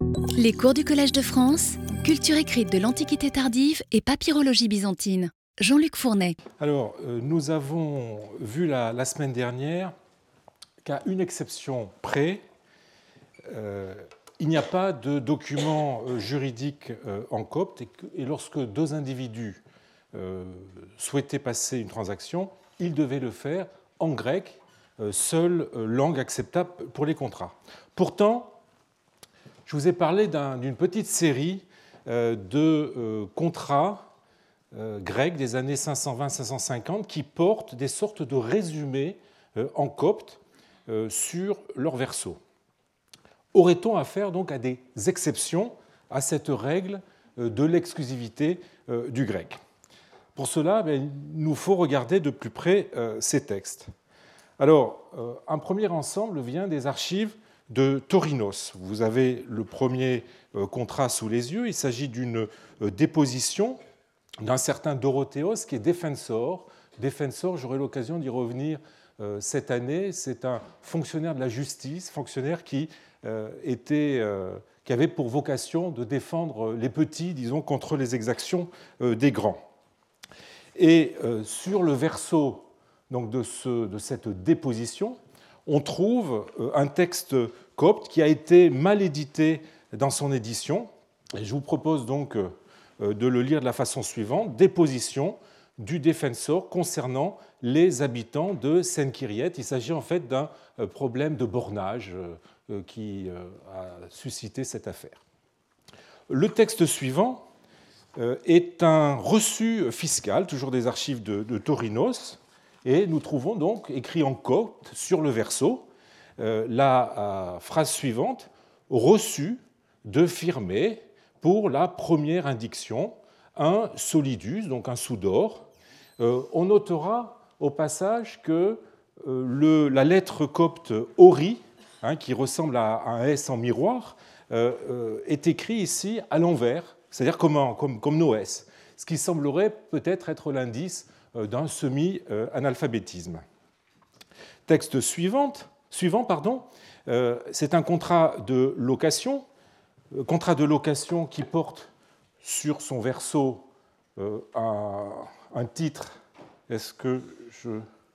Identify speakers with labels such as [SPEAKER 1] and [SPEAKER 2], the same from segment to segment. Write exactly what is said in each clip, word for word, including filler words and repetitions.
[SPEAKER 1] Les cours du Collège de France, culture écrite de l'Antiquité tardive et papyrologie byzantine. Jean-Luc Fournet.
[SPEAKER 2] Alors, euh, nous avons vu la, la semaine dernière qu'à une exception près, euh, il n'y a pas de document euh, juridique euh, en copte et, que, et lorsque deux individus euh, souhaitaient passer une transaction, ils devaient le faire en grec, euh, seule euh, langue acceptable pour les contrats. Pourtant, je vous ai parlé d'un, d'une petite série euh, de euh, contrats Euh, grecs des années cinq cent vingt à cinq cent cinquante qui portent des sortes de résumés euh, en copte euh, sur leur verso. Aurait-on affaire donc à des exceptions à cette règle euh, de l'exclusivité euh, du grec? Pour cela, bien, il nous faut regarder de plus près euh, ces textes. Alors, euh, un premier ensemble vient des archives de Torinos. Vous avez le premier euh, contrat sous les yeux. Il s'agit d'une euh, déposition d'un certain Dorothéos qui est défensor. Défensor, j'aurai l'occasion d'y revenir euh, cette année. C'est un fonctionnaire de la justice, fonctionnaire qui, euh, était, euh, qui avait pour vocation de défendre les petits, disons, contre les exactions euh, des grands. Et euh, sur le verso donc, de, ce, de cette déposition, on trouve euh, un texte copte qui a été mal édité dans son édition. Et je vous propose donc euh, de le lire de la façon suivante, déposition du défensor concernant les habitants de Senkyriet. Il s'agit en fait d'un problème de bornage qui a suscité cette affaire. Le texte suivant est un reçu fiscal, toujours des archives de, de Torinos, et nous trouvons donc écrit en copte sur le verso la phrase suivante, reçu de firmer pour la première indiction, un solidus, donc un sou d'or. Euh, on notera au passage que euh, le, la lettre copte ori, hein, qui ressemble à un S en miroir, euh, euh, est écrit ici à l'envers, c'est-à-dire comme, comme, comme nos S, ce qui semblerait peut-être être l'indice euh, d'un semi-analphabétisme. Texte suivant, suivant pardon, euh, c'est un contrat de location, contrat de location qui porte sur son verso euh, un, un titre. Est-ce que je...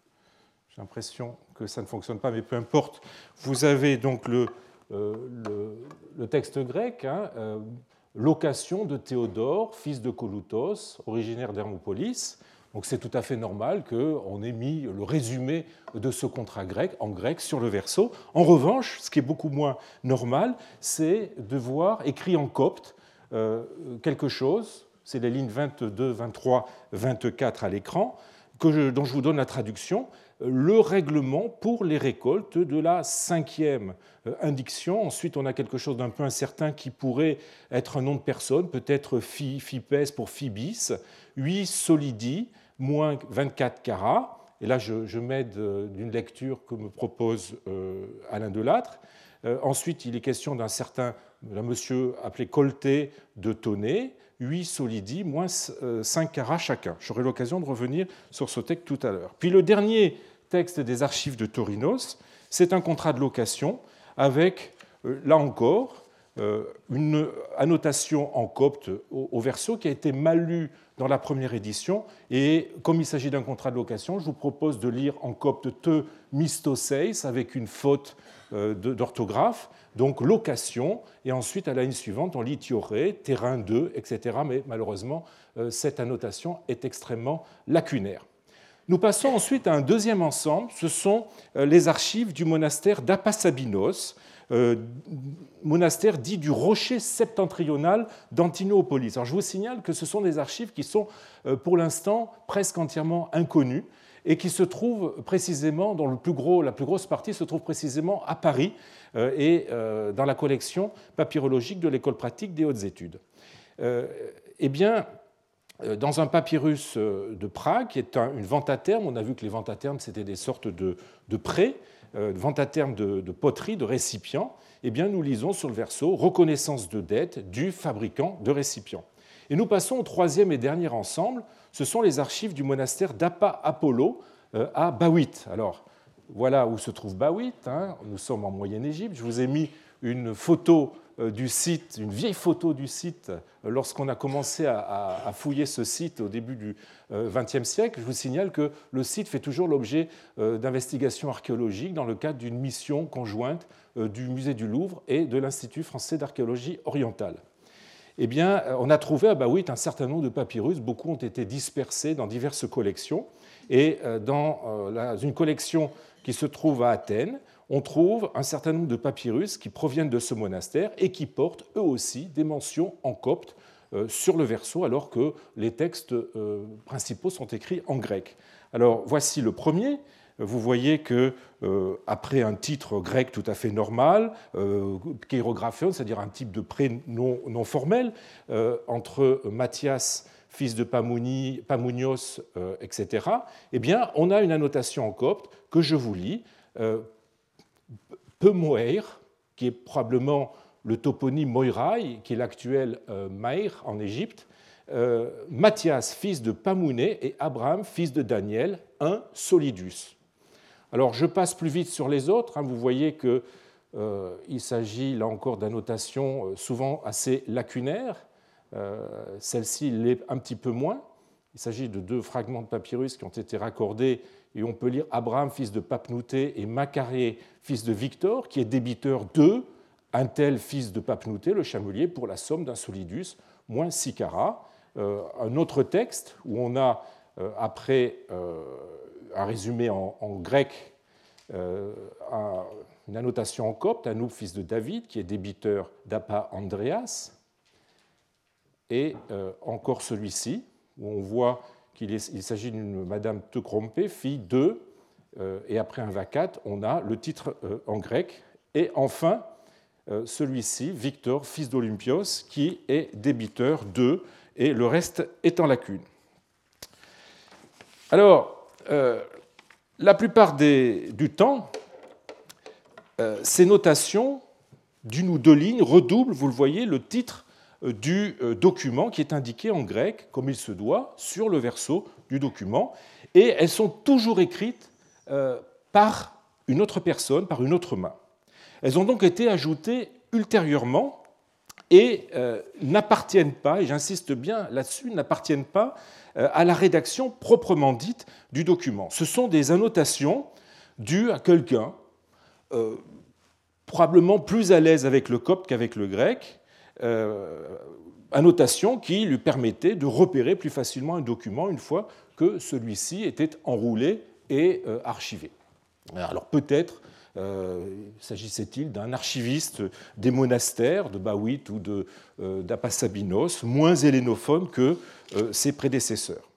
[SPEAKER 2] J'ai l'impression que ça ne fonctionne pas, mais peu importe. Vous avez donc le, euh, le, le texte grec, hein, euh, location de Théodore, fils de Kouloutos, originaire d'Hermopolis. Donc c'est tout à fait normal qu'on ait mis le résumé de ce contrat grec en grec sur le verso. En revanche, ce qui est beaucoup moins normal, c'est de voir écrit en copte euh, quelque chose, c'est les lignes vingt-deux, vingt-trois, vingt-quatre à l'écran, que je, dont je vous donne la traduction, le règlement pour les récoltes de la cinquième indiction. Ensuite, on a quelque chose d'un peu incertain qui pourrait être un nom de personne, peut-être Phipès pour Phibis, huit solidi, moins vingt-quatre carats, et là je, je m'aide d'une lecture que me propose euh, Alain Delattre. Euh, ensuite, il est question d'un certain d'un monsieur appelé Colté de Tonnet, huit solidi, moins cinq carats chacun. J'aurai l'occasion de revenir sur ce texte tout à l'heure. Puis le dernier texte des archives de Torinos, c'est un contrat de location avec, euh, là encore, euh, une annotation en copte au, au verso qui a été mal lue dans la première édition, et comme il s'agit d'un contrat de location, je vous propose de lire en copte te mistoseis avec une faute d'orthographe, donc location, et ensuite à la ligne suivante on lit tioré, terrain deux, et cetera. Mais malheureusement, cette annotation est extrêmement lacunaire. Nous passons ensuite à un deuxième ensemble, ce sont les archives du monastère d'Apassabinos, Euh, monastère dit du rocher septentrional d'Antinopolis. Alors je vous signale que ce sont des archives qui sont euh, pour l'instant presque entièrement inconnues et qui se trouvent précisément, dont le plus gros, la plus grosse partie se trouve précisément à Paris euh, et euh, dans la collection papyrologique de l'École pratique des hautes études. Euh, eh bien, dans un papyrus de Prague, qui est un, une vente à terme, on a vu que les ventes à terme, c'était des sortes de, de prêts, euh, vente à terme de, de poterie, de récipients, eh bien, nous lisons sur le verso « Reconnaissance de dette du fabricant de récipients ». Et nous passons au troisième et dernier ensemble, ce sont les archives du monastère d'Appa Apollo euh, à Bawit. Alors, voilà où se trouve Bawit, hein, nous sommes en Moyenne-Égypte, je vous ai mis une photo du site, une vieille photo du site, lorsqu'on a commencé à fouiller ce site au début du vingtième siècle. Je vous signale que le site fait toujours l'objet d'investigations archéologiques dans le cadre d'une mission conjointe du Musée du Louvre et de l'Institut français d'archéologie orientale. Eh bien, on a trouvé ah bah oui, un certain nombre de papyrus, beaucoup ont été dispersés dans diverses collections. Et dans une collection qui se trouve à Athènes, on trouve un certain nombre de papyrus qui proviennent de ce monastère et qui portent eux aussi des mentions en copte sur le verso, alors que les textes principaux sont écrits en grec. Alors voici le premier. Vous voyez que euh, après un titre grec tout à fait normal, euh, kéirographion, c'est-à-dire un type de prénom non, non formel, euh, entre Matthias, fils de Pamouni, Pamounios, euh, et cetera, eh bien, on a une annotation en copte que je vous lis. Euh, Pemoeir, qui est probablement le toponyme Moirai, qui est l'actuel euh, Maïr en Égypte, euh, Matthias, fils de Pamouné, et Abraham, fils de Daniel, un Solidus. Alors, je passe plus vite sur les autres. Vous voyez qu'il euh, s'agit là encore d'annotations souvent assez lacunaires. Euh, Celle-ci l'est un petit peu moins. Il s'agit de deux fragments de papyrus qui ont été raccordés et on peut lire Abraham, fils de Papnouté, et Macaré, fils de Victor, qui est débiteur de un tel fils de Papnouté, le chamelier, pour la somme d'un solidus, moins six carats. Euh, un autre texte où on a, euh, après euh, un résumé en, en grec, euh, un, une annotation en copte, Anoub, fils de David, qui est débiteur d'Appa Andreas, et euh, encore celui-ci, où on voit qu'il il s'agit d'une Madame Teucrompé, fille de, euh, et après un vacat, on a le titre euh, en grec. Et enfin, euh, celui-ci, Victor, fils d'Olympios, qui est débiteur de, et le reste est en lacune. Alors, euh, la plupart des, du temps, euh, ces notations d'une ou deux lignes redoublent, vous le voyez, le titre du document qui est indiqué en grec, comme il se doit, sur le verso du document, et elles sont toujours écrites par une autre personne, par une autre main. Elles ont donc été ajoutées ultérieurement et n'appartiennent pas, et j'insiste bien là-dessus, n'appartiennent pas à la rédaction proprement dite du document. Ce sont des annotations dues à quelqu'un, euh, probablement plus à l'aise avec le copte qu'avec le grec, Euh, annotation qui lui permettait de repérer plus facilement un document une fois que celui-ci était enroulé et euh, archivé. Alors peut-être euh, s'agissait-il d'un archiviste des monastères de Bawit ou de, euh, d'Apassabinos, moins hellénophone que euh, ses prédécesseurs.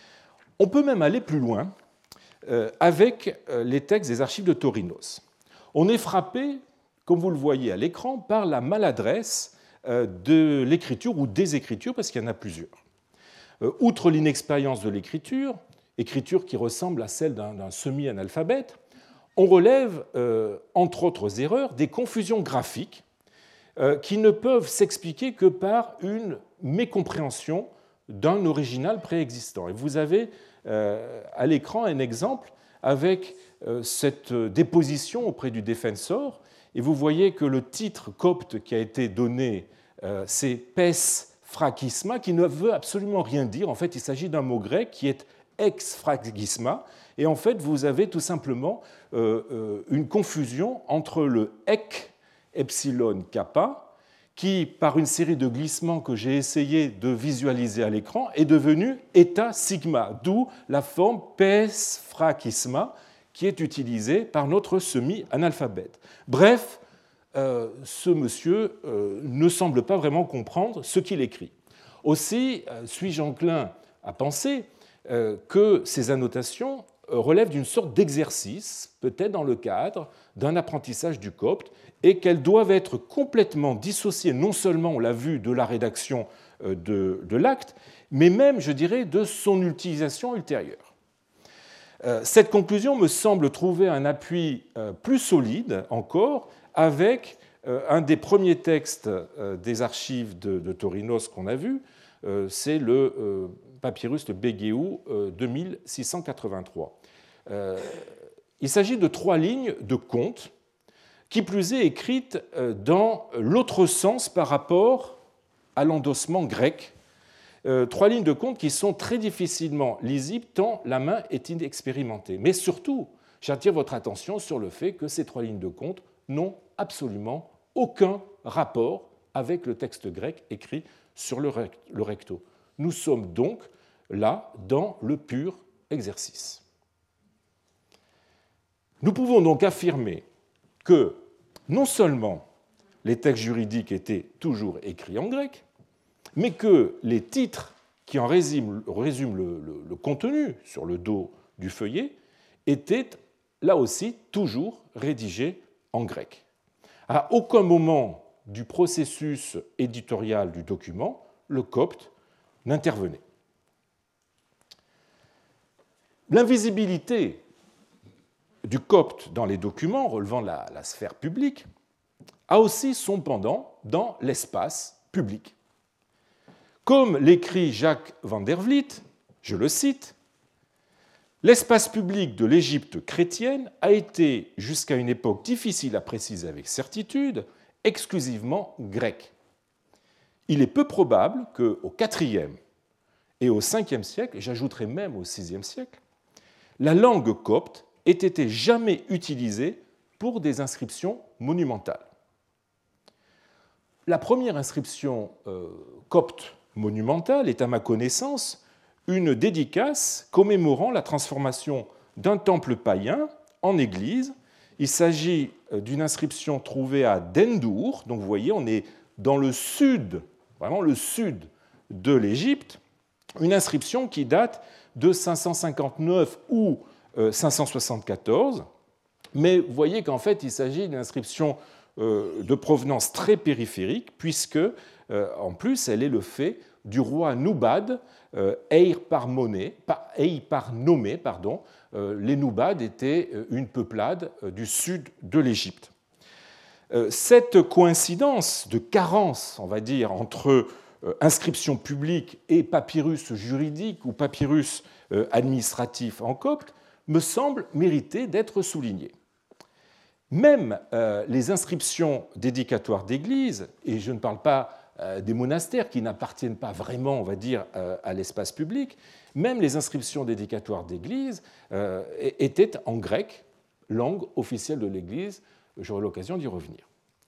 [SPEAKER 2] On peut même aller plus loin euh, avec les textes des archives de Torinos. On est frappé, comme vous le voyez à l'écran, par la maladresse de l'écriture ou des écritures, parce qu'il y en a plusieurs. Outre l'inexpérience de l'écriture, écriture qui ressemble à celle d'un, d'un semi-analphabète, on relève, euh, entre autres erreurs, des confusions graphiques euh, qui ne peuvent s'expliquer que par une mécompréhension d'un original préexistant. Et vous avez euh, à l'écran un exemple avec euh, cette déposition auprès du défenseur, et vous voyez que le titre copte qui a été donné, euh, c'est pes phragisma, qui ne veut absolument rien dire. En fait, il s'agit d'un mot grec qui est ex phragisma. Et en fait, vous avez tout simplement euh, euh, une confusion entre le ek, epsilon, kappa, qui, par une série de glissements que j'ai essayé de visualiser à l'écran, est devenu eta sigma, d'où la forme pes phragisma, qui est utilisé par notre semi-analphabète. Bref, euh, ce monsieur euh, ne semble pas vraiment comprendre ce qu'il écrit. Aussi, euh, suis-je enclin à penser euh, que ces annotations relèvent d'une sorte d'exercice, peut-être dans le cadre d'un apprentissage du copte, et qu'elles doivent être complètement dissociées, non seulement, on l'a vu, de la rédaction de, de l'acte, mais même, je dirais, de son utilisation ultérieure. Cette conclusion me semble trouver un appui plus solide encore avec un des premiers textes des archives de, de Torinos qu'on a vu, c'est le papyrus de Begeu deux mille six cent quatre-vingt-trois. Il s'agit de trois lignes de conte qui plus est écrite dans l'autre sens par rapport à l'endossement grec. Euh, trois lignes de compte qui sont très difficilement lisibles tant la main est inexpérimentée. Mais surtout, j'attire votre attention sur le fait que ces trois lignes de compte n'ont absolument aucun rapport avec le texte grec écrit sur le recto. Nous sommes donc là dans le pur exercice. Nous pouvons donc affirmer que non seulement les textes juridiques étaient toujours écrits en grec, mais que les titres qui en résument, résument le, le, le contenu sur le dos du feuillet étaient là aussi toujours rédigés en grec. À aucun moment du processus éditorial du document, le copte n'intervenait. L'invisibilité du copte dans les documents relevant de la, la sphère publique a aussi son pendant dans l'espace public. Comme l'écrit Jacques van der Vliet, je le cite, « L'espace public de l'Égypte chrétienne a été, jusqu'à une époque difficile à préciser avec certitude, exclusivement grec. Il est peu probable qu'au quatrième et au cinquième siècle, et j'ajouterai même au sixième siècle, la langue copte ait été jamais utilisée pour des inscriptions monumentales. La première inscription euh, copte monumentale est, à ma connaissance, une dédicace commémorant la transformation d'un temple païen en église. Il s'agit d'une inscription trouvée à Dendour, donc vous voyez, on est dans le sud, vraiment le sud de l'Égypte, une inscription qui date de cinq cent cinquante-neuf ou cinq cent soixante-quatorze, mais vous voyez qu'en fait, il s'agit d'une inscription de provenance très périphérique, puisque, en plus, elle est le fait du roi Noubad, Ey-par-Nomé, pardon. Les Noubades étaient une peuplade du sud de l'Égypte. Cette coïncidence de carence, on va dire, entre inscription publique et papyrus juridique ou papyrus administratif en copte me semble mériter d'être soulignée. Même les inscriptions dédicatoires d'église, et je ne parle pas des monastères qui n'appartiennent pas vraiment, on va dire, à l'espace public, même les inscriptions dédicatoires d'église étaient en grec, langue officielle de l'Église. J'aurai l'occasion d'y revenir.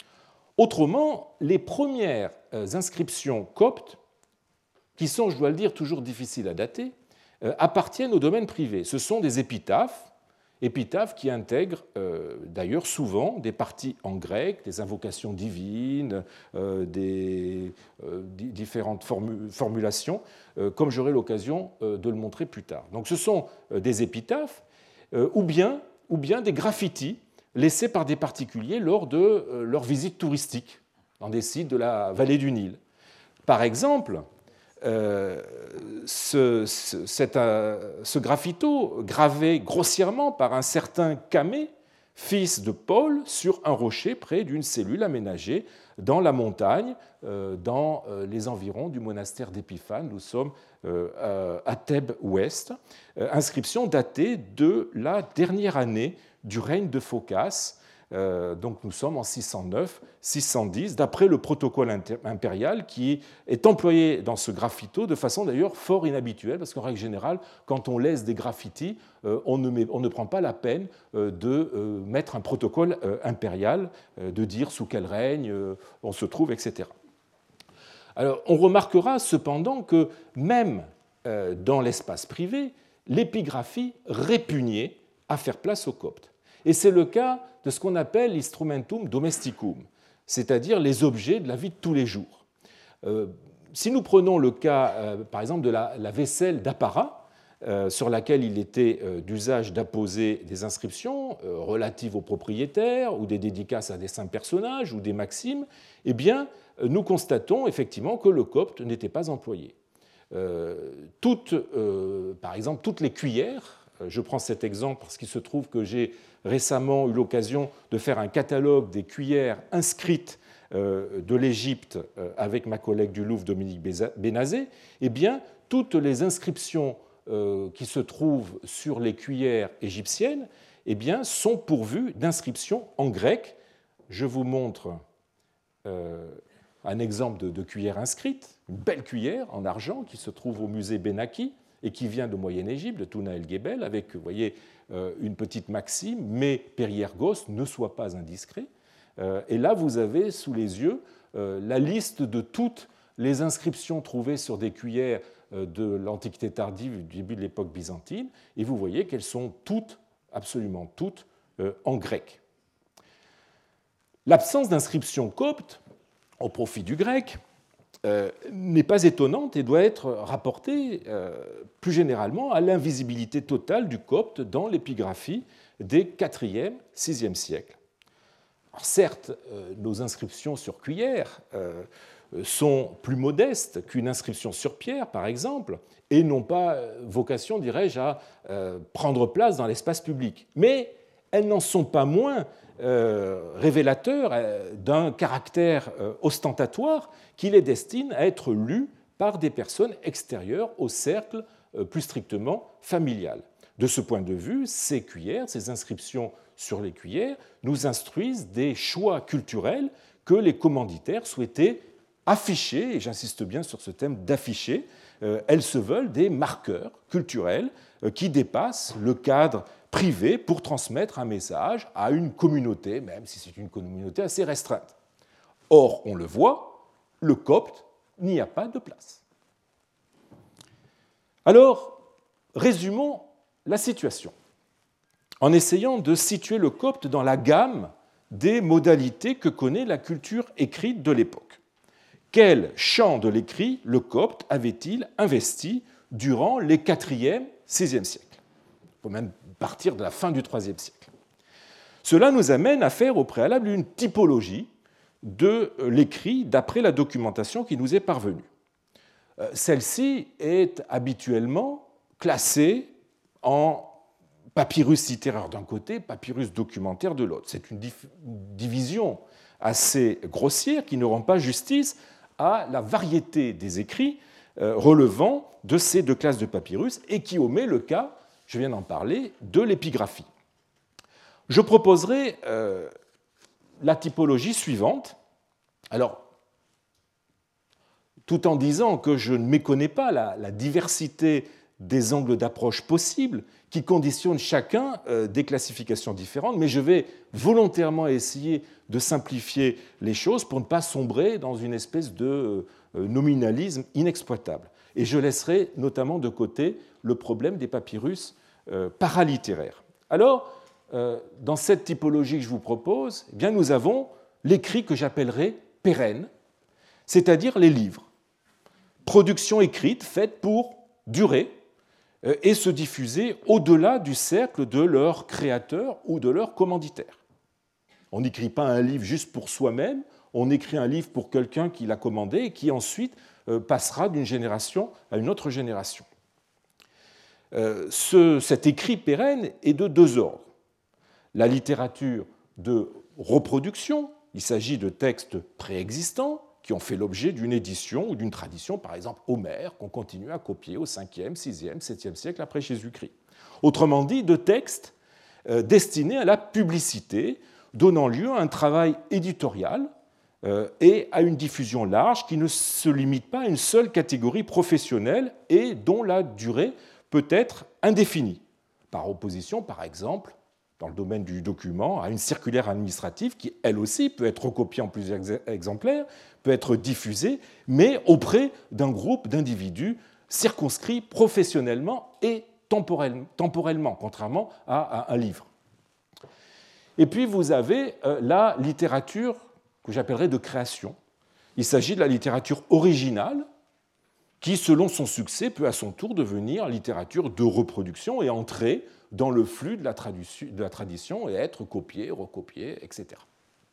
[SPEAKER 2] Autrement, les premières inscriptions coptes, qui sont, je dois le dire, toujours difficiles à dater, appartiennent au domaine privé. Ce sont des épitaphes, épitaphes qui intègrent euh, d'ailleurs souvent des parties en grec, des invocations divines, euh, des euh, différentes formu formulations, euh, comme j'aurai l'occasion euh, de le montrer plus tard. Donc ce sont euh, des épitaphes euh, ou, bien, ou bien des graffitis laissés par des particuliers lors de euh, leur visite touristique dans des sites de la vallée du Nil. Par exemple, Euh, ce, ce, cet, euh, ce graffito gravé grossièrement par un certain Camée, fils de Paul, sur un rocher près d'une cellule aménagée dans la montagne, euh, dans euh, les environs du monastère d'Épiphane. Nous sommes euh, à Thèbes-Ouest. Euh, inscription datée de la dernière année du règne de Phocas. Euh, donc nous sommes en six cent neuf six cent dix, d'après le protocole impérial qui est employé dans ce graffito de façon d'ailleurs fort inhabituelle, parce qu'en règle générale, quand on laisse des graffitis, euh, on, ne met, on ne prend pas la peine euh, de euh, mettre un protocole euh, impérial, euh, de dire sous quel règne euh, on se trouve, et cetera. Alors, on remarquera cependant que même euh, dans l'espace privé, l'épigraphie répugnait à faire place aux coptes. Et c'est le cas de ce qu'on appelle l'instrumentum domesticum, c'est-à-dire les objets de la vie de tous les jours. Euh, si nous prenons le cas, euh, par exemple, de la, la vaisselle d'apparat, euh, sur laquelle il était euh, d'usage d'apposer des inscriptions euh, relatives aux propriétaires ou des dédicaces à des saints personnages ou des maximes, eh bien, nous constatons effectivement que le copte n'était pas employé. Euh, toutes, euh, par exemple, toutes les cuillères, je prends cet exemple parce qu'il se trouve que j'ai récemment eu l'occasion de faire un catalogue des cuillères inscrites de l'Égypte avec ma collègue du Louvre, Dominique Bénazé. Eh bien, toutes les inscriptions qui se trouvent sur les cuillères égyptiennes eh bien, sont pourvues d'inscriptions en grec, je vous montre euh, un exemple de, de cuillère inscrite, une belle cuillère en argent qui se trouve au musée Benaki et qui vient de Moyenne-Égypte, de Touna el-Gebel, avec, vous voyez, euh, une petite maxime, mais Périergos, ne sois pas indiscret. Euh, et là, vous avez sous les yeux euh, la liste de toutes les inscriptions trouvées sur des cuillères euh, de l'Antiquité tardive, du début de l'époque byzantine, et vous voyez qu'elles sont toutes, absolument toutes, euh, en grec. L'absence d'inscription copte au profit du grec euh, n'est pas étonnante et doit être rapportée euh, plus généralement à l'invisibilité totale du copte dans l'épigraphie des quatrième, sixième siècles. Alors certes, euh, nos inscriptions sur cuillère euh, sont plus modestes qu'une inscription sur pierre, par exemple, et n'ont pas vocation, dirais-je, à euh, prendre place dans l'espace public. Mais elles n'en sont pas moins euh, révélateurs euh, d'un caractère euh, ostentatoire qui les destine à être lus par des personnes extérieures au cercle euh, plus strictement familial. De ce point de vue, ces cuillères, ces inscriptions sur les cuillères, nous instruisent des choix culturels que les commanditaires souhaitaient afficher, et j'insiste bien sur ce thème d'afficher. Elles se veulent des marqueurs culturels qui dépassent le cadre privé pour transmettre un message à une communauté, même si c'est une communauté assez restreinte. Or, on le voit, le copte n'y a pas de place. Alors, résumons la situation en essayant de situer le copte dans la gamme des modalités que connaît la culture écrite de l'époque. Quel champ de l'écrit le copte avait-il investi durant les quatrième, sixième siècles? Il faut même partir de la fin du troisième siècle. Cela nous amène à faire au préalable une typologie de l'écrit d'après la documentation qui nous est parvenue. Celle-ci est habituellement classée en papyrus littéraire d'un côté, papyrus documentaire de l'autre. C'est une division assez grossière qui ne rend pas justice à la variété des écrits relevant de ces deux classes de papyrus et qui omet le cas, je viens d'en parler, de l'épigraphie. Je proposerai euh, la typologie suivante. Alors, tout en disant que je ne méconnais pas la, la diversité des angles d'approche possibles qui conditionnent chacun euh, des classifications différentes, mais je vais volontairement essayer de simplifier les choses pour ne pas sombrer dans une espèce de euh, nominalisme inexploitable. Et je laisserai notamment de côté le problème des papyrus euh, paralittéraires. Alors, euh, dans cette typologie que je vous propose, eh bien, nous avons l'écrit que j'appellerai pérenne, c'est-à-dire les livres. Production écrite faite pour durer et se diffuser au-delà du cercle de leur créateur ou de leur commanditaire. On n'écrit pas un livre juste pour soi-même, on écrit un livre pour quelqu'un qui l'a commandé et qui ensuite passera d'une génération à une autre génération. Ce, cet écrit pérenne est de deux ordres. La littérature de reproduction, il s'agit de textes préexistants, qui ont fait l'objet d'une édition ou d'une tradition, par exemple Homère, qu'on continue à copier au cinquième, sixième, septième siècle après Jésus-Christ. Autrement dit, de textes destinés à la publicité, donnant lieu à un travail éditorial et à une diffusion large qui ne se limite pas à une seule catégorie professionnelle et dont la durée peut être indéfinie, par opposition, par exemple, dans le domaine du document, à une circulaire administrative qui, elle aussi, peut être recopiée en plusieurs exemplaires, peut être diffusée, mais auprès d'un groupe d'individus circonscrits professionnellement et temporellement, contrairement à un livre. Et puis, vous avez la littérature que j'appellerais de création. Il s'agit de la littérature originale qui, selon son succès, peut à son tour devenir littérature de reproduction et entrer dans le flux de la, de la tradition et être copié, recopié, et cetera.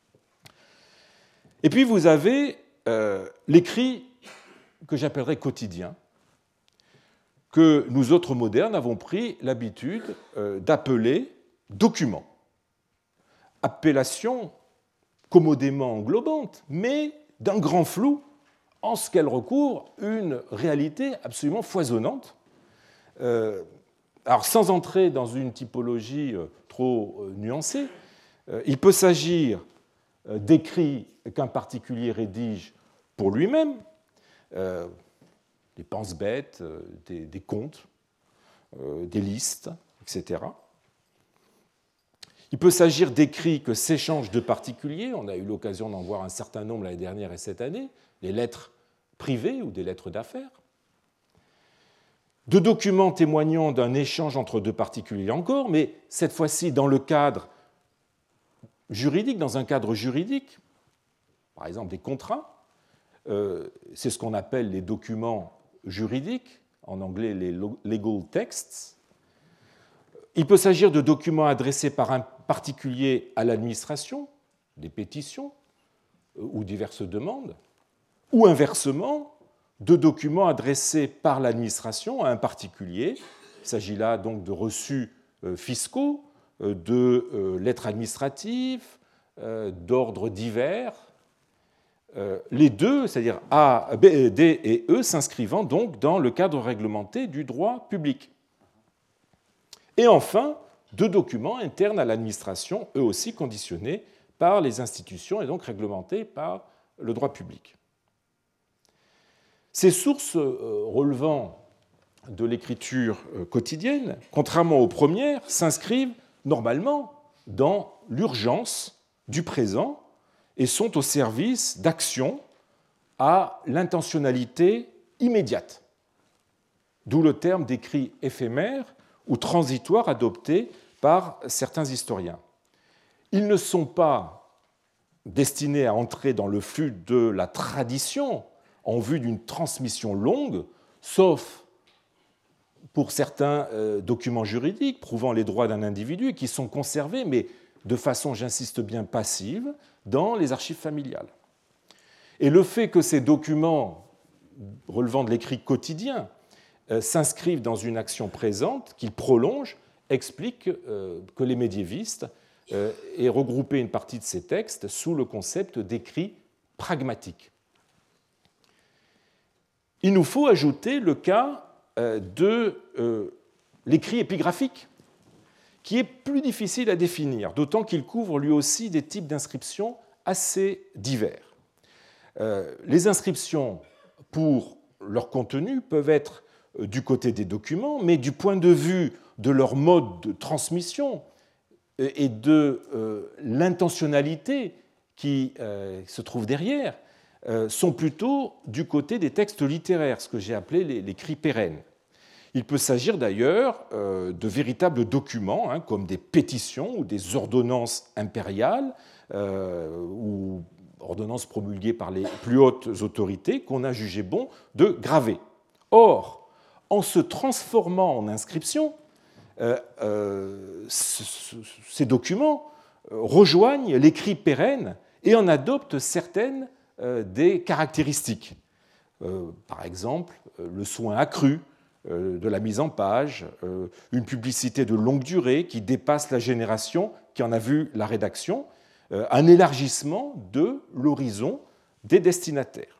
[SPEAKER 2] Et puis vous avez euh, l'écrit que j'appellerais quotidien, que nous autres modernes avons pris l'habitude euh, d'appeler document. Appellation commodément englobante, mais d'un grand flou en ce qu'elle recouvre une réalité absolument foisonnante. Euh, Alors, sans entrer dans une typologie trop nuancée, il peut s'agir d'écrits qu'un particulier rédige pour lui-même, euh, des pense-bêtes, euh, des, des contes, euh, des listes, et cetera. Il peut s'agir d'écrits que s'échangent de particuliers. On a eu l'occasion d'en voir un certain nombre l'année dernière et cette année, des lettres privées ou des lettres d'affaires. De documents témoignant d'un échange entre deux particuliers encore, mais cette fois-ci dans le cadre juridique, dans un cadre juridique, par exemple des contrats. Euh, c'est ce qu'on appelle les documents juridiques, en anglais les legal texts. Il peut s'agir de documents adressés par un particulier à l'administration, des pétitions ou diverses demandes, ou inversement, de documents adressés par l'administration à un particulier. Il s'agit là donc de reçus fiscaux, de lettres administratives, d'ordres divers. Les deux, c'est-à-dire A, B, D et E, s'inscrivant donc dans le cadre réglementé du droit public. Et enfin, deux documents internes à l'administration, eux aussi conditionnés par les institutions et donc réglementés par le droit public. Ces sources relevant de l'écriture quotidienne, contrairement aux premières, s'inscrivent normalement dans l'urgence du présent et sont au service d'actions à l'intentionnalité immédiate, d'où le terme d'écrit éphémère ou transitoire adopté par certains historiens. Ils ne sont pas destinés à entrer dans le flux de la tradition en vue d'une transmission longue, sauf pour certains euh, documents juridiques prouvant les droits d'un individu et qui sont conservés, mais de façon, j'insiste bien, passive, dans les archives familiales. Et le fait que ces documents relevant de l'écrit quotidien euh, s'inscrivent dans une action présente, qu'ils prolongent, explique euh, que les médiévistes euh, aient regroupé une partie de ces textes sous le concept d'écrit pragmatique. Il nous faut ajouter le cas de euh, l'écrit épigraphique, qui est plus difficile à définir, d'autant qu'il couvre lui aussi des types d'inscriptions assez divers. Euh, les inscriptions, pour leur contenu, peuvent être du côté des documents, mais du point de vue de leur mode de transmission et de euh, l'intentionnalité qui euh, se trouve derrière, sont plutôt du côté des textes littéraires, ce que j'ai appelé l'écrit pérenne. Il peut s'agir d'ailleurs de véritables documents, hein, comme des pétitions ou des ordonnances impériales euh, ou ordonnances promulguées par les plus hautes autorités qu'on a jugé bon de graver. Or, en se transformant en inscription, euh, euh, ces documents rejoignent l'écrit pérenne et en adoptent certaines des caractéristiques. Euh, par exemple, le soin accru euh, de la mise en page, euh, une publicité de longue durée qui dépasse la génération qui en a vu la rédaction, euh, un élargissement de l'horizon des destinataires.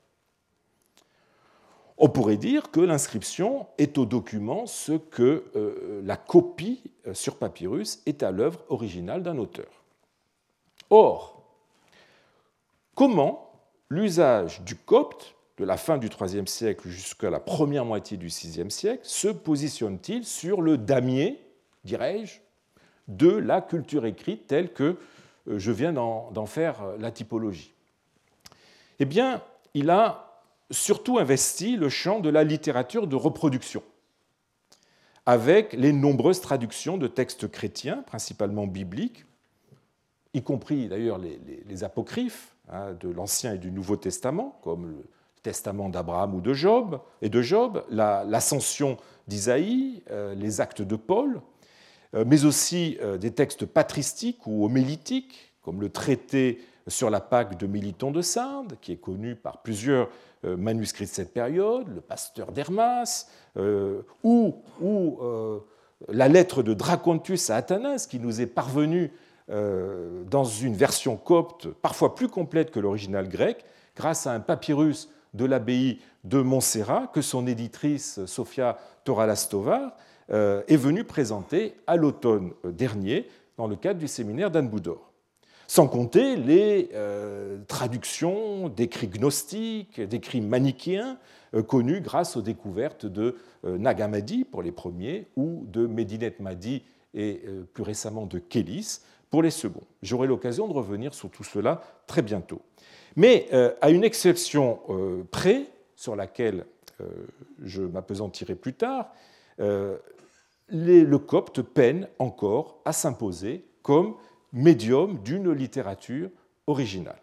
[SPEAKER 2] On pourrait dire que l'inscription est au document ce que euh, la copie sur papyrus est à l'œuvre originale d'un auteur. Or, comment l'usage du copte, de la fin du troisième siècle jusqu'à la première moitié du sixième siècle, se positionne-t-il sur le damier, dirais-je, de la culture écrite telle que je viens d'en faire la typologie? Eh bien, il a surtout investi le champ de la littérature de reproduction, avec les nombreuses traductions de textes chrétiens, principalement bibliques, y compris d'ailleurs les, les, les apocryphes, de l'Ancien et du Nouveau Testament, comme le Testament d'Abraham ou de Job, et de Job, l'Ascension d'Isaïe, les Actes de Paul, mais aussi des textes patristiques ou homélitiques, comme le traité sur la Pâque de Méliton de Sardes, qui est connu par plusieurs manuscrits de cette période, le Pasteur d'Hermas, ou, ou la lettre de Dracontus à Athanas, qui nous est parvenue dans une version copte parfois plus complète que l'original grec, grâce à un papyrus de l'abbaye de Montserrat que son éditrice Sofia Toralastovar est venue présenter à l'automne dernier dans le cadre du séminaire d'Anne Boudor. Sans compter les euh, traductions d'écrits gnostiques, d'écrits manichéens, euh, connus grâce aux découvertes de euh, Nag Hammadi pour les premiers ou de Medinet Mahdi et euh, plus récemment de Kélis pour les seconds. J'aurai l'occasion de revenir sur tout cela très bientôt. Mais euh, à une exception euh, près, sur laquelle euh, je m'appesantirai plus tard, euh, les, le copte peine encore à s'imposer comme médium d'une littérature originale.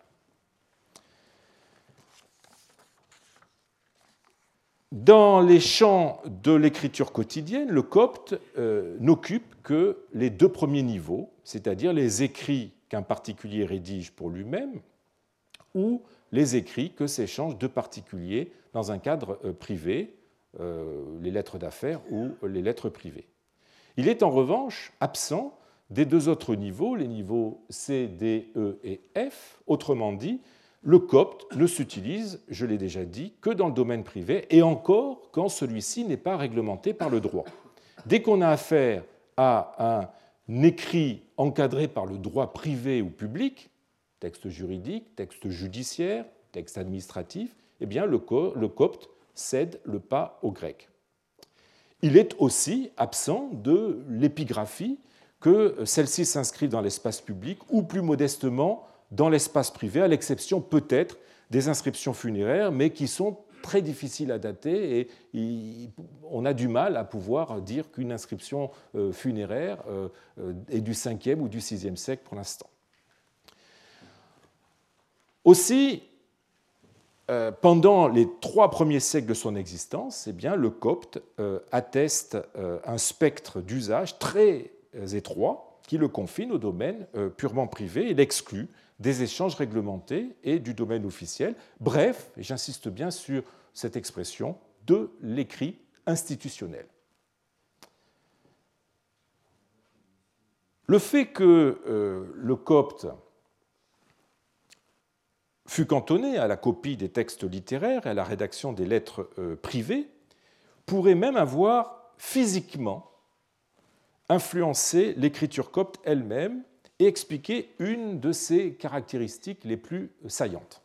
[SPEAKER 2] Dans les champs de l'écriture quotidienne, le copte euh, n'occupe que les deux premiers niveaux, c'est-à-dire les écrits qu'un particulier rédige pour lui-même ou les écrits que s'échangent deux particuliers dans un cadre euh, privé, euh, les lettres d'affaires ou les lettres privées. Il est en revanche absent des deux autres niveaux, les niveaux C, D, E et F. Autrement dit, le copte ne s'utilise, je l'ai déjà dit, que dans le domaine privé, et encore quand celui-ci n'est pas réglementé par le droit. Dès qu'on a affaire à un écrit encadré par le droit privé ou public, texte juridique, texte judiciaire, texte administratif, eh bien le copte cède le pas au grec. Il est aussi absent de l'épigraphie, que celle-ci s'inscrit dans l'espace public ou plus modestement dans l'espace privé, à l'exception peut-être des inscriptions funéraires, mais qui sont très difficiles à dater et on a du mal à pouvoir dire qu'une inscription funéraire est du cinquième ou du sixième siècle pour l'instant. Aussi, pendant les trois premiers siècles de son existence, eh bien, le copte atteste un spectre d'usage très étroit qui le confine au domaine purement privé et l'exclut des échanges réglementés et du domaine officiel. Bref, et j'insiste bien sur cette expression, de l'écrit institutionnel. Le fait que euh, le copte fut cantonné à la copie des textes littéraires et à la rédaction des lettres euh, privées pourrait même avoir physiquement influencé l'écriture copte elle-même et expliquer une de ses caractéristiques les plus saillantes.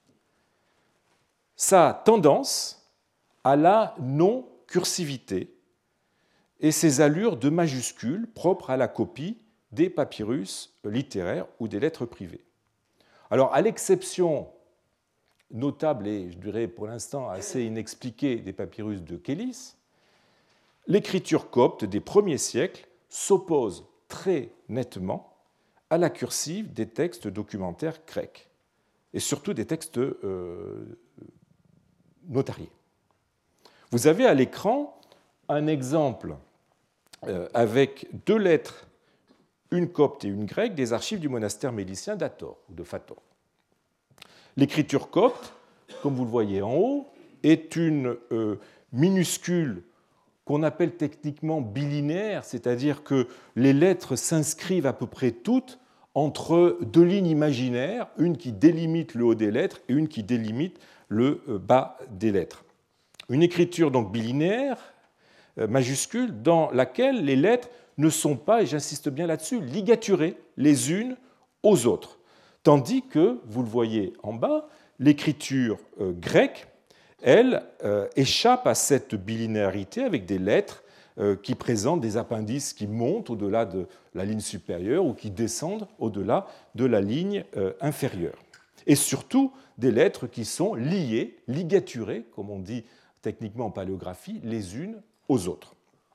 [SPEAKER 2] Sa tendance à la non-cursivité et ses allures de majuscules propres à la copie des papyrus littéraires ou des lettres privées. Alors, à l'exception notable et, je dirais pour l'instant, assez inexpliquée des papyrus de Kélis, l'écriture copte des premiers siècles s'oppose très nettement à la cursive des textes documentaires grecs, et surtout des textes euh, notariés. Vous avez à l'écran un exemple euh, avec deux lettres, une copte et une grecque, des archives du monastère mélicien d'Ator, ou de Fator. L'écriture copte, comme vous le voyez en haut, est une euh, minuscule qu'on appelle techniquement bilinéaire, c'est-à-dire que les lettres s'inscrivent à peu près toutes entre deux lignes imaginaires, une qui délimite le haut des lettres et une qui délimite le bas des lettres. Une écriture donc bilinéaire, majuscule, dans laquelle les lettres ne sont pas, et j'insiste bien là-dessus, ligaturées les unes aux autres. Tandis que, vous le voyez en bas, l'écriture grecque, elle, euh, échappe à cette bilinéarité avec des lettres euh, qui présentent des appendices qui montent au-delà de la ligne supérieure ou qui descendent au-delà de la ligne euh, inférieure. Et surtout, des lettres qui sont liées, ligaturées, comme on dit techniquement en paléographie, les unes aux autres.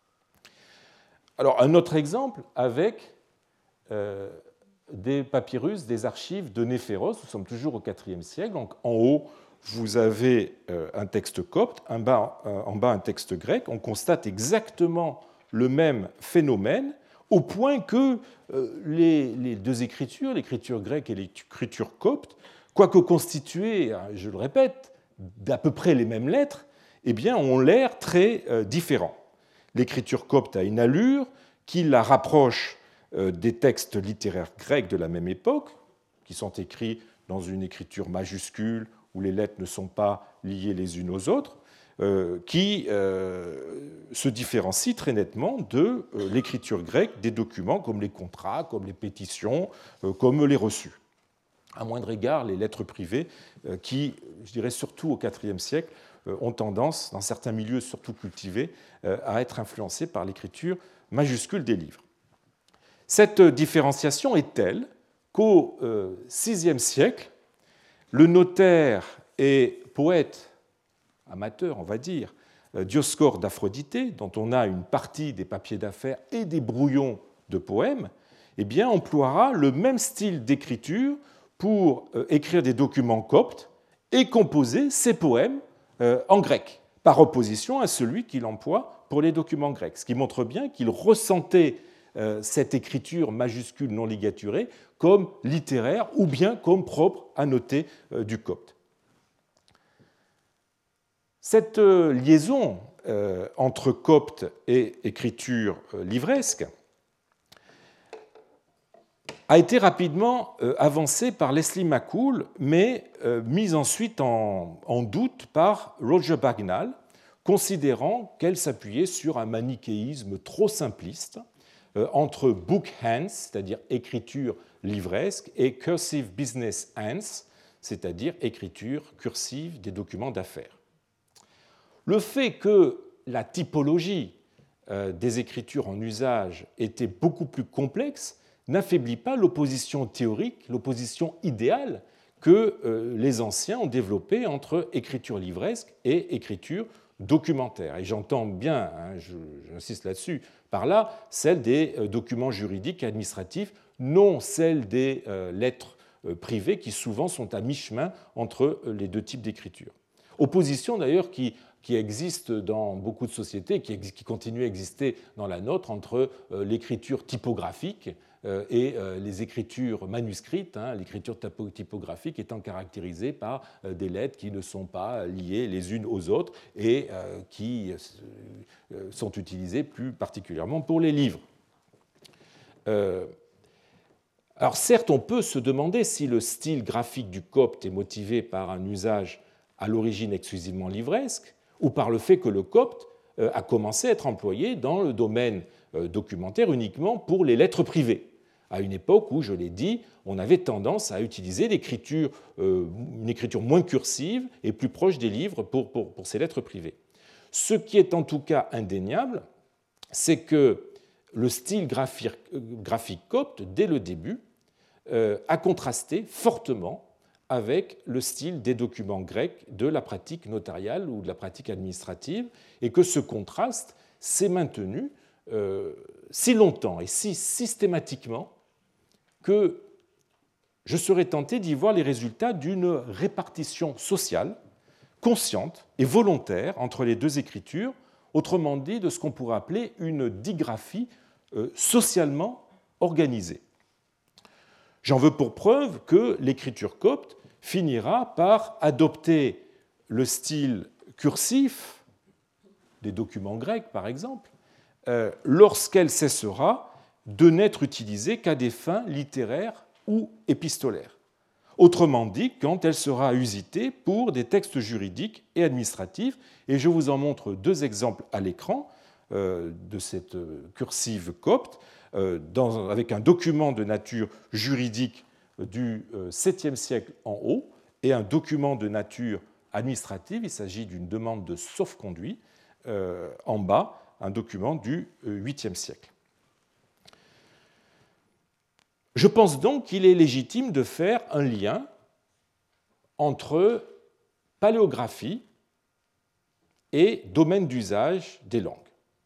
[SPEAKER 2] Alors, un autre exemple avec euh, des papyrus, des archives de Néphéros. Nous sommes toujours au quatrième siècle. Donc, en haut, vous avez un texte copte, en bas, en bas un texte grec. On constate exactement le même phénomène, au point que les, les deux écritures, l'écriture grecque et l'écriture copte, quoique constituées, je le répète, d'à peu près les mêmes lettres, eh bien, ont l'air très différents. L'écriture copte a une allure qui la rapproche des textes littéraires grecs de la même époque, qui sont écrits dans une écriture majuscule, où les lettres ne sont pas liées les unes aux autres, euh, qui euh, se différencie très nettement de euh, l'écriture grecque des documents comme les contrats, comme les pétitions, euh, comme les reçus. à moindre égard les lettres privées qui, je dirais surtout au quatrième siècle, ont tendance, dans certains milieux surtout cultivés, à être influencées par l'écriture majuscule des livres. Cette différenciation est telle qu'au sixième siècle, le notaire et poète amateur, on va dire, Dioscore d'Aphroditée, dont on a une partie des papiers d'affaires et des brouillons de poèmes, eh bien, emploiera le même style d'écriture pour écrire des documents coptes et composer ses poèmes en grec, par opposition à celui qu'il emploie pour les documents grecs, ce qui montre bien qu'il ressentait cette écriture majuscule non ligaturée comme littéraire ou bien comme propre à noter du copte. Cette liaison entre copte et écriture livresque a été rapidement avancée par Leslie McCool, mais mise ensuite en, en doute par Roger Bagnall, considérant qu'elle s'appuyait sur un manichéisme trop simpliste entre book hands, c'est-à-dire écriture livresque, et cursive business hands, c'est-à-dire écriture cursive des documents d'affaires. Le fait que la typologie des écritures en usage était beaucoup plus complexe n'affaiblit pas l'opposition théorique, l'opposition idéale que les anciens ont développée entre écriture livresque et écriture documentaire. Et j'entends bien, hein, j'insiste là-dessus, par là, celle des documents juridiques et administratifs, non celle des lettres privées qui souvent sont à mi-chemin entre les deux types d'écriture. Opposition d'ailleurs qui, qui existe dans beaucoup de sociétés, qui, qui continue à exister dans la nôtre entre l'écriture typographique et les écritures manuscrites, hein, l'écriture typographique étant caractérisée par des lettres qui ne sont pas liées les unes aux autres et qui sont utilisées plus particulièrement pour les livres. Alors certes, on peut se demander si le style graphique du copte est motivé par un usage à l'origine exclusivement livresque ou par le fait que le copte a commencé à être employé dans le domaine documentaire uniquement pour les lettres privées, à une époque où, je l'ai dit, on avait tendance à utiliser l'écriture, euh, une écriture moins cursive et plus proche des livres pour, pour, pour ces lettres privées. Ce qui est en tout cas indéniable, c'est que le style graphique, graphique copte, dès le début, euh, a contrasté fortement avec le style des documents grecs de la pratique notariale ou de la pratique administrative, et que ce contraste s'est maintenu euh, si longtemps et si systématiquement que je serais tenté d'y voir les résultats d'une répartition sociale, consciente et volontaire entre les deux écritures, autrement dit de ce qu'on pourrait appeler une digraphie socialement organisée. J'en veux pour preuve que l'écriture copte finira par adopter le style cursif des documents grecs, par exemple, lorsqu'elle cessera de n'être utilisée qu'à des fins littéraires ou épistolaires. Autrement dit, quand elle sera usitée pour des textes juridiques et administratifs, et je vous en montre deux exemples à l'écran de cette cursive copte, dans, avec un document de nature juridique du septième siècle en haut et un document de nature administrative, il s'agit d'une demande de sauf-conduit, en bas, un document du huitième siècle. Je pense donc qu'il est légitime de faire un lien entre paléographie et domaine d'usage des langues.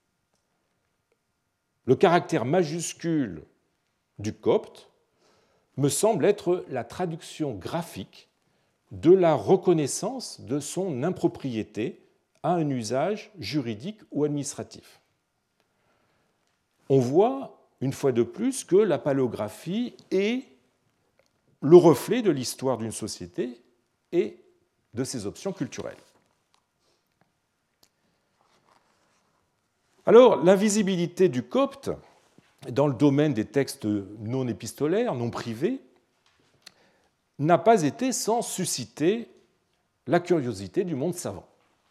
[SPEAKER 2] Le caractère majuscule du copte me semble être la traduction graphique de la reconnaissance de son impropriété à un usage juridique ou administratif. On voit une fois de plus que la paléographie est le reflet de l'histoire d'une société et de ses options culturelles. Alors, l'invisibilité du copte dans le domaine des textes non épistolaires, non privés, n'a pas été sans susciter la curiosité du monde savant.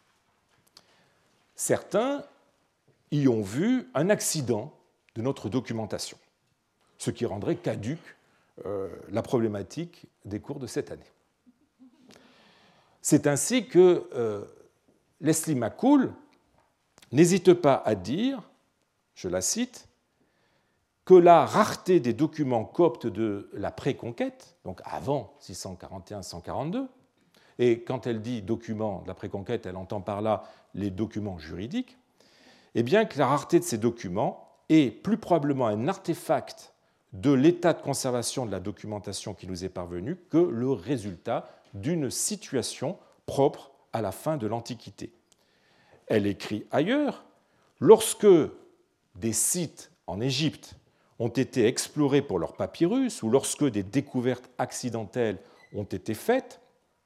[SPEAKER 2] Certains y ont vu un accident de notre documentation, ce qui rendrait caduque euh, la problématique des cours de cette année. C'est ainsi que euh, Leslie McCool n'hésite pas à dire, je la cite, que la rareté des documents coptes de la préconquête, donc avant six cent quarante et un cent quarante-deux, et quand elle dit documents de la préconquête, elle entend par là les documents juridiques, et bien que la rareté de ces documents est plus probablement un artefact de l'état de conservation de la documentation qui nous est parvenu que le résultat d'une situation propre à la fin de l'Antiquité. Elle écrit ailleurs, lorsque des sites en Égypte ont été explorés pour leurs papyrus ou lorsque des découvertes accidentelles ont été faites,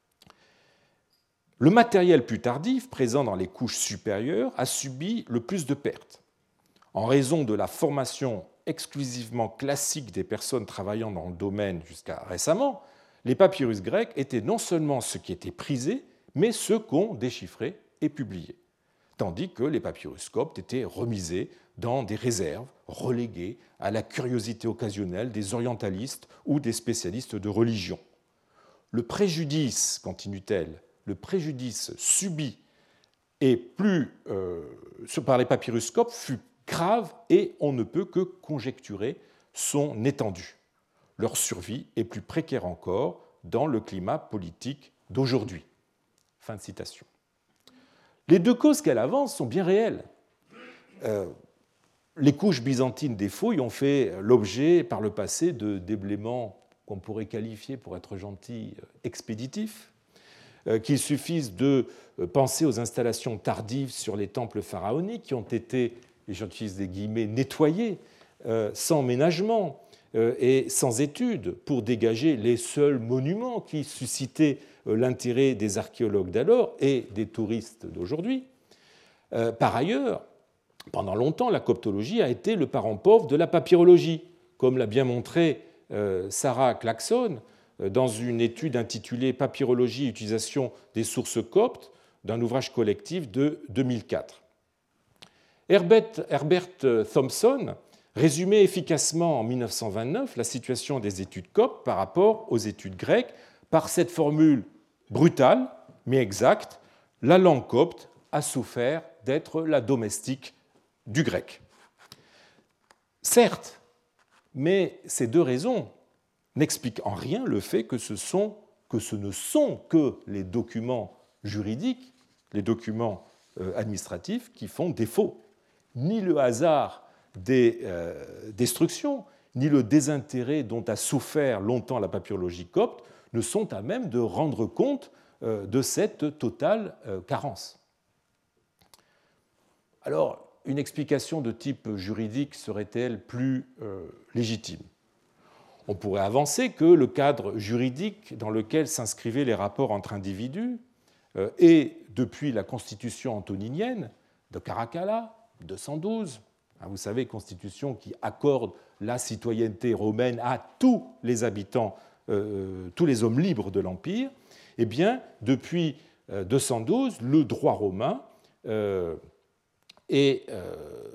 [SPEAKER 2] le matériel plus tardif, présent dans les couches supérieures, a subi le plus de pertes. En raison de la formation exclusivement classique des personnes travaillant dans le domaine jusqu'à récemment, les papyrus grecs étaient non seulement ceux qui étaient prisés, mais ceux qu'on déchiffrait et publiés, tandis que les papyrus coptes étaient remisés dans des réserves, relégués à la curiosité occasionnelle des orientalistes ou des spécialistes de religion. Le préjudice, continue-t-elle, le préjudice subi et plus euh, par les papyrus coptes fut grave et on ne peut que conjecturer son étendue. Leur survie est plus précaire encore dans le climat politique d'aujourd'hui. Fin de citation. Les deux causes qu'elle avance sont bien réelles. Euh, les couches byzantines des fouilles ont fait l'objet par le passé de déblaiements qu'on pourrait qualifier, pour être gentil, expéditifs, qu'il suffise de penser aux installations tardives sur les temples pharaoniques qui ont été, et j'utilise des guillemets, nettoyés sans ménagement et sans études pour dégager les seuls monuments qui suscitaient l'intérêt des archéologues d'alors et des touristes d'aujourd'hui. Par ailleurs, pendant longtemps, la coptologie a été le parent pauvre de la papyrologie, comme l'a bien montré Sarah Clarkson dans une étude intitulée « Papyrologie et utilisation des sources coptes » d'un ouvrage collectif de deux mille quatre. Herbert, Herbert Thompson résumait efficacement en mille neuf cent vingt-neuf la situation des études coptes par rapport aux études grecques par cette formule brutale mais exacte: la langue copte a souffert d'être la domestique du grec. Certes, mais ces deux raisons n'expliquent en rien le fait que ce, sont, que ce ne sont que les documents juridiques, les documents administratifs qui font défaut. Ni le hasard des euh, destructions, ni le désintérêt dont a souffert longtemps la papyrologie copte ne sont à même de rendre compte euh, de cette totale euh, carence. Alors, une explication de type juridique serait-elle plus euh, légitime ? On pourrait avancer que le cadre juridique dans lequel s'inscrivaient les rapports entre individus euh, et depuis la constitution antoninienne de Caracalla, deux cent douze, hein, vous savez, constitution qui accorde la citoyenneté romaine à tous les habitants, euh, tous les hommes libres de l'Empire, eh bien, depuis euh, deux cent douze, le droit romain euh, est euh,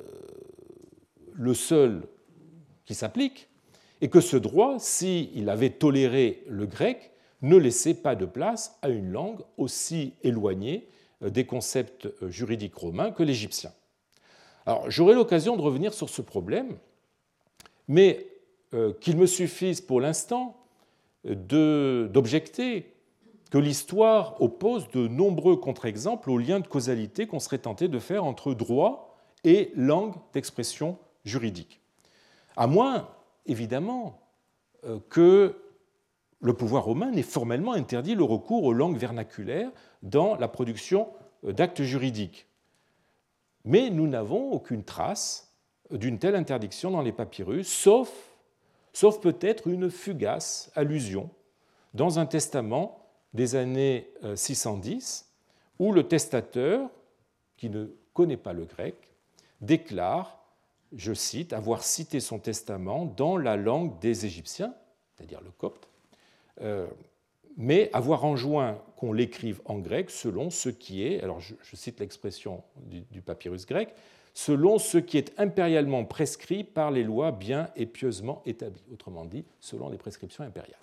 [SPEAKER 2] le seul qui s'applique, et que ce droit, s'il avait toléré le grec, ne laissait pas de place à une langue aussi éloignée des concepts juridiques romains que l'égyptien. Alors, j'aurai l'occasion de revenir sur ce problème, mais euh, qu'il me suffise pour l'instant d'objecter que l'histoire oppose de nombreux contre-exemples aux liens de causalité qu'on serait tenté de faire entre droit et langue d'expression juridique. À moins, évidemment, que le pouvoir romain n'ait formellement interdit le recours aux langues vernaculaires dans la production d'actes juridiques. Mais nous n'avons aucune trace d'une telle interdiction dans les papyrus, sauf, sauf peut-être une fugace allusion dans un testament des années six cent dix, où le testateur, qui ne connaît pas le grec, déclare, je cite, avoir cité son testament dans la langue des Égyptiens, c'est-à-dire le copte, euh, mais avoir enjoint qu'on l'écrive en grec selon ce qui est, alors je, je cite l'expression du, du papyrus grec, selon ce qui est impérialement prescrit par les lois bien et pieusement établies, autrement dit, selon les prescriptions impériales.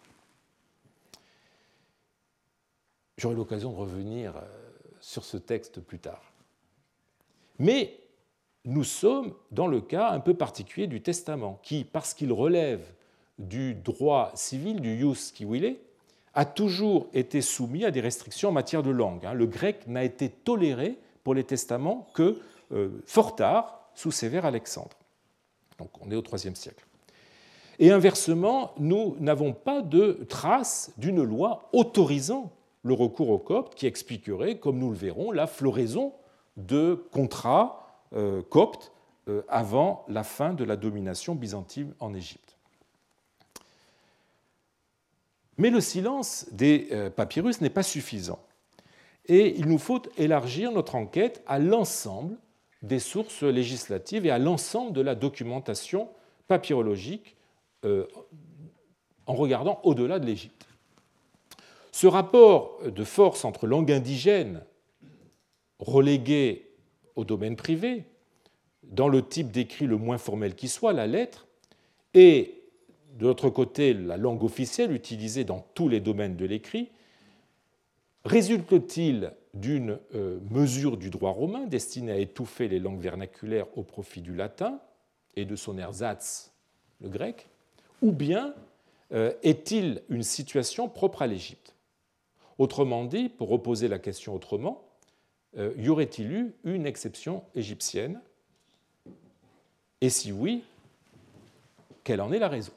[SPEAKER 2] J'aurai l'occasion de revenir sur ce texte plus tard. Mais nous sommes dans le cas un peu particulier du Testament, qui, parce qu'il relève du droit civil, du ius civile, a toujours été soumis à des restrictions en matière de langue. Le grec n'a été toléré pour les testaments que fort tard, sous Sévère Alexandre. Donc on est au troisième siècle. Et inversement, nous n'avons pas de trace d'une loi autorisant le recours au copte qui expliquerait, comme nous le verrons, la floraison de contrats euh, coptes euh, avant la fin de la domination byzantine en Égypte. Mais le silence des euh, papyrus n'est pas suffisant. Et il nous faut élargir notre enquête à l'ensemble des sources législatives et à l'ensemble de la documentation papyrologique euh, en regardant au-delà de l'Égypte. Ce rapport de force entre langue indigène reléguée au domaine privé, dans le type d'écrit le moins formel qui soit, la lettre, et de l'autre côté la langue officielle utilisée dans tous les domaines de l'écrit, résulte-t-il d'une euh, mesure du droit romain destinée à étouffer les langues vernaculaires au profit du latin et de son ersatz, le grec, ou bien euh, est-il une situation propre à l'Égypte? Autrement dit, pour reposer la question autrement, euh, y aurait-il eu une exception égyptienne? Et si oui, quelle en est la raison?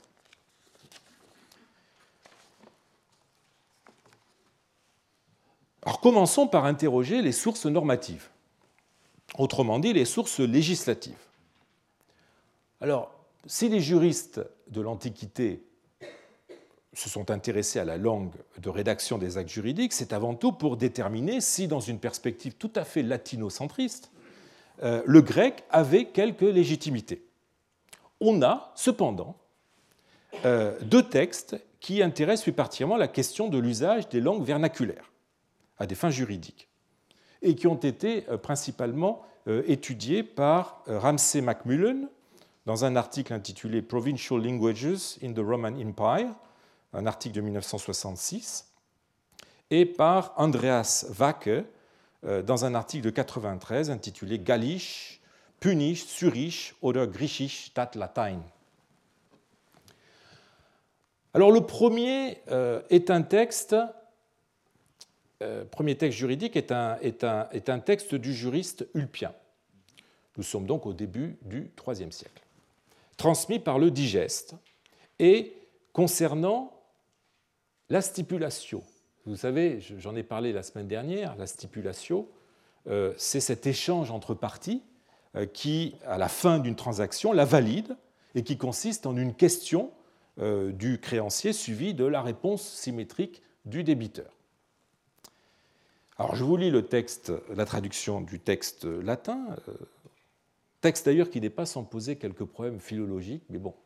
[SPEAKER 2] Alors commençons par interroger les sources normatives, autrement dit les sources législatives. Alors, si les juristes de l'Antiquité se sont intéressés à la langue de rédaction des actes juridiques, c'est avant tout pour déterminer si, dans une perspective tout à fait latino-centriste, euh, le grec avait quelque légitimité. On a cependant euh, deux textes qui intéressent plus particulièrement la question de l'usage des langues vernaculaires à des fins juridiques, et qui ont été principalement étudiés par Ramsay MacMullen dans un article intitulé Provincial Languages in the Roman Empire, un article de mille neuf cent soixante-six, et par Andreas Wacke dans un article de mille neuf cent quatre-vingt-treize intitulé Gallisch, Punisch, Zürisch oder Griechisch statt Latein. Alors le premier est un texte Le premier texte juridique est un, est, un, est un texte du juriste Ulpien. Nous sommes donc au début du troisième siècle. Transmis par le digeste et concernant la stipulatio. Vous savez, j'en ai parlé la semaine dernière, la stipulatio, euh, c'est cet échange entre parties euh, qui, à la fin d'une transaction, la valide et qui consiste en une question euh, du créancier suivie de la réponse symétrique du débiteur. Alors, je vous lis le texte, la traduction du texte latin, texte d'ailleurs qui n'est pas sans poser quelques problèmes philologiques, mais bon.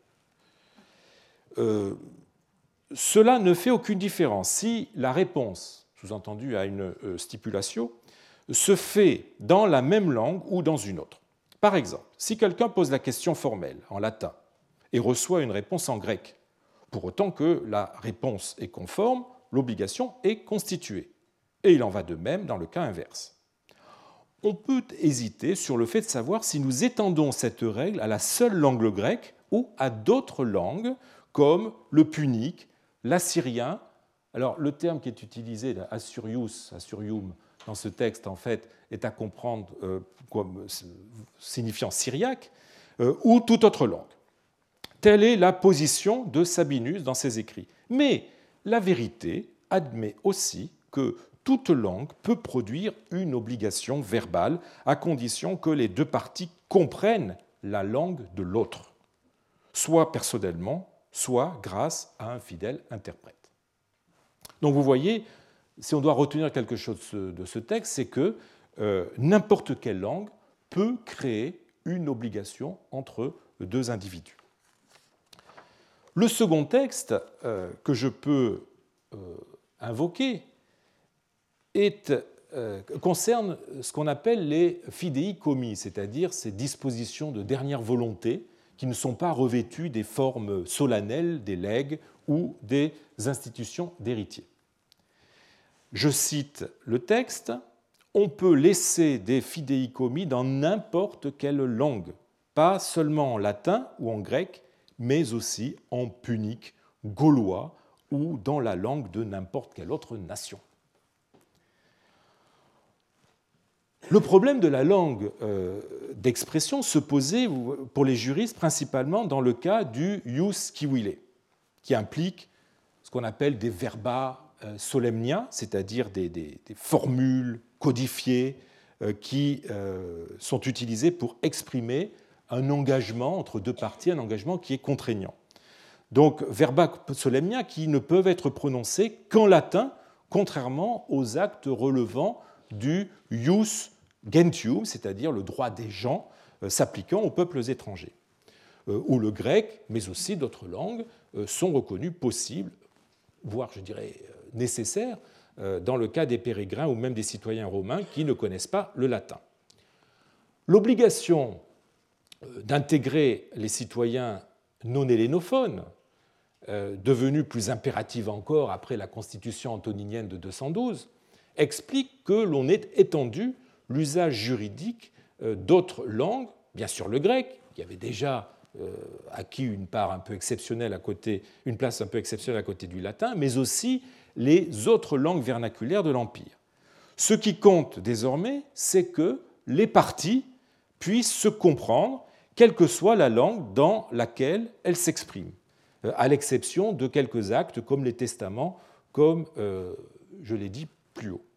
[SPEAKER 2] Euh, cela ne fait aucune différence si la réponse, sous-entendue à une stipulation, se fait dans la même langue ou dans une autre. Par exemple, si quelqu'un pose la question formelle en latin et reçoit une réponse en grec, pour autant que la réponse est conforme, l'obligation est constituée. Et il en va de même dans le cas inverse. On peut hésiter sur le fait de savoir si nous étendons cette règle à la seule langue grecque ou à d'autres langues comme le punique, l'assyrien. Alors, le terme qui est utilisé, assurius, assurium, dans ce texte, en fait, est à comprendre euh, comme signifiant syriaque, euh, ou toute autre langue. Telle est la position de Sabinus dans ses écrits. Mais la vérité admet aussi que toute langue peut produire une obligation verbale à condition que les deux parties comprennent la langue de l'autre, soit personnellement, soit grâce à un fidèle interprète. Donc vous voyez, si on doit retenir quelque chose de ce texte, c'est que euh, n'importe quelle langue peut créer une obligation entre deux individus. Le second texte euh, que je peux euh, invoqué est, euh, concerne ce qu'on appelle les fideikommi, c'est-à-dire ces dispositions de dernière volonté qui ne sont pas revêtues des formes solennelles des legs ou des institutions d'héritiers. Je cite le texte. On peut laisser des fideikommi dans n'importe quelle langue, pas seulement en latin ou en grec, mais aussi en punique, gaulois ou dans la langue de n'importe quelle autre nation. Le problème de la langue euh, d'expression se posait pour les juristes principalement dans le cas du ius civile, qui implique ce qu'on appelle des verba solemnia, c'est-à-dire des, des, des formules codifiées euh, qui euh, sont utilisées pour exprimer un engagement entre deux parties, un engagement qui est contraignant. Donc, verba solemnia qui ne peuvent être prononcés qu'en latin, contrairement aux actes relevant du ius gentium, c'est-à-dire le droit des gens euh, s'appliquant aux peuples étrangers, euh, où le grec, mais aussi d'autres langues, euh, sont reconnus possibles, voire, je dirais, nécessaires, euh, dans le cas des pérégrins ou même des citoyens romains qui ne connaissent pas le latin. L'obligation d'intégrer les citoyens non hellénophones, euh, devenue plus impérative encore après la constitution antoninienne de deux cent douze, explique que l'on ait étendu l'usage juridique euh, d'autres langues, bien sûr le grec, qui avait déjà euh, acquis une part un peu exceptionnelle à côté, une place un peu exceptionnelle à côté du latin, mais aussi les autres langues vernaculaires de l'Empire. Ce qui compte désormais, c'est que les parties puissent se comprendre, quelle que soit la langue dans laquelle elles s'expriment, à l'exception de quelques actes comme les testaments, comme euh, je l'ai dit plus haut.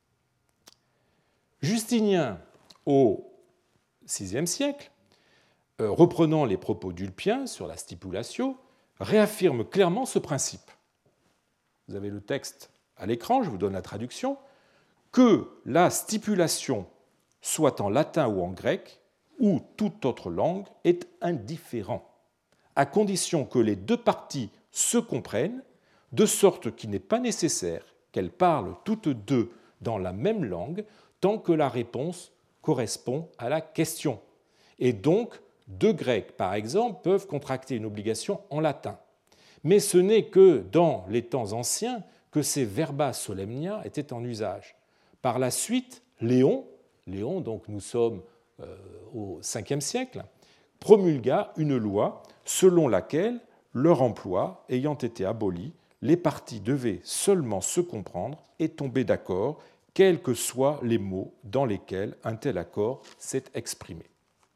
[SPEAKER 2] Justinien, au sixième siècle, euh, reprenant les propos d'Ulpien sur la stipulatio, réaffirme clairement ce principe. Vous avez le texte à l'écran, je vous donne la traduction. Que la stipulation soit en latin ou en grec, ou toute autre langue, est indifférent, à condition que les deux parties se comprennent, de sorte qu'il n'est pas nécessaire qu'elles parlent toutes deux dans la même langue, tant que la réponse correspond à la question. Et donc, deux Grecs, par exemple, peuvent contracter une obligation en latin. Mais ce n'est que dans les temps anciens que ces verba solemnia étaient en usage. Par la suite, Léon, Léon donc nous sommes euh, au cinquième siècle, promulgua une loi selon laquelle, leur emploi ayant été aboli, les parties devaient seulement se comprendre et tomber d'accord, quels que soient les mots dans lesquels un tel accord s'est exprimé.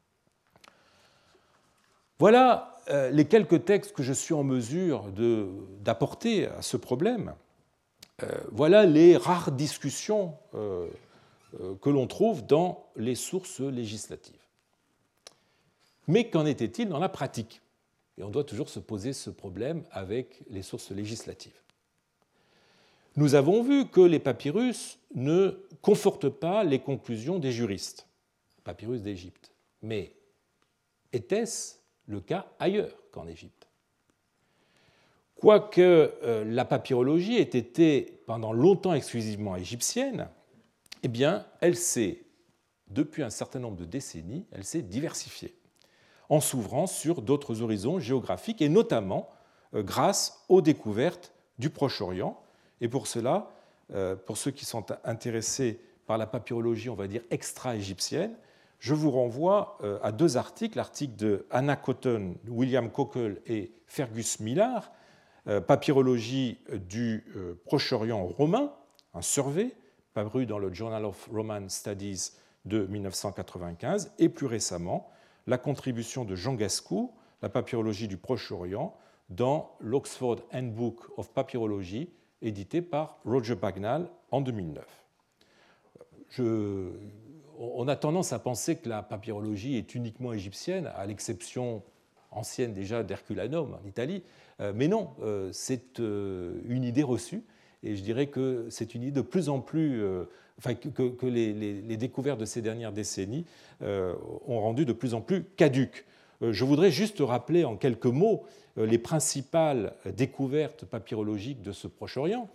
[SPEAKER 2] Voilà les quelques textes que je suis en mesure de, d'apporter à ce problème. Voilà les rares discussions euh, que l'on trouve dans les sources législatives. Mais qu'en était-il dans la pratique ? Et on doit toujours se poser ce problème avec les sources législatives. Nous avons vu que les papyrus ne confortent pas les conclusions des juristes, papyrus d'Égypte. Mais était-ce le cas ailleurs qu'en Égypte? Quoique euh, la papyrologie ait été pendant longtemps exclusivement égyptienne, eh bien, elle s'est, depuis un certain nombre de décennies, elle s'est diversifiée, en s'ouvrant sur d'autres horizons géographiques, et notamment euh, grâce aux découvertes du Proche-Orient. Et pour cela, euh, pour ceux qui sont intéressés par la papyrologie, on va dire extra-égyptienne, je vous renvoie euh, à deux articles, l'article de Anna Cotton, William Cockle et Fergus Millar, euh, Papyrologie du euh, Proche-Orient romain, un survey, paru dans le Journal of Roman Studies de mille neuf cent quatre-vingt-quinze, et plus récemment, la contribution de Jean Gascou, la papyrologie du Proche-Orient, dans l'Oxford Handbook of Papyrology, édité par Roger Bagnall en deux mille neuf. Je, on a tendance à penser que la papyrologie est uniquement égyptienne, à l'exception ancienne déjà d'Herculanum en Italie, mais non, c'est une idée reçue, et je dirais que c'est une idée de plus en plus, enfin que, que les, les, les découvertes de ces dernières décennies ont rendu de plus en plus caduques. Je voudrais juste rappeler en quelques mots les principales découvertes papyrologiques de ce Proche-Orient.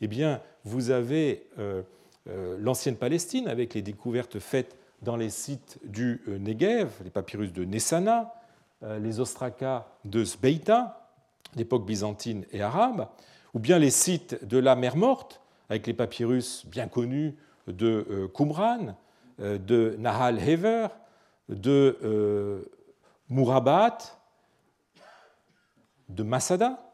[SPEAKER 2] eh bien, vous avez euh, euh, l'ancienne Palestine avec les découvertes faites dans les sites du euh, Negev, les papyrus de Nessana, euh, les ostracas de Sbeita, d'époque byzantine et arabe, ou bien les sites de la mer Morte, avec les papyrus bien connus de euh, Qumran, euh, de Nahal Hever, de euh, Mourabat, de Masada,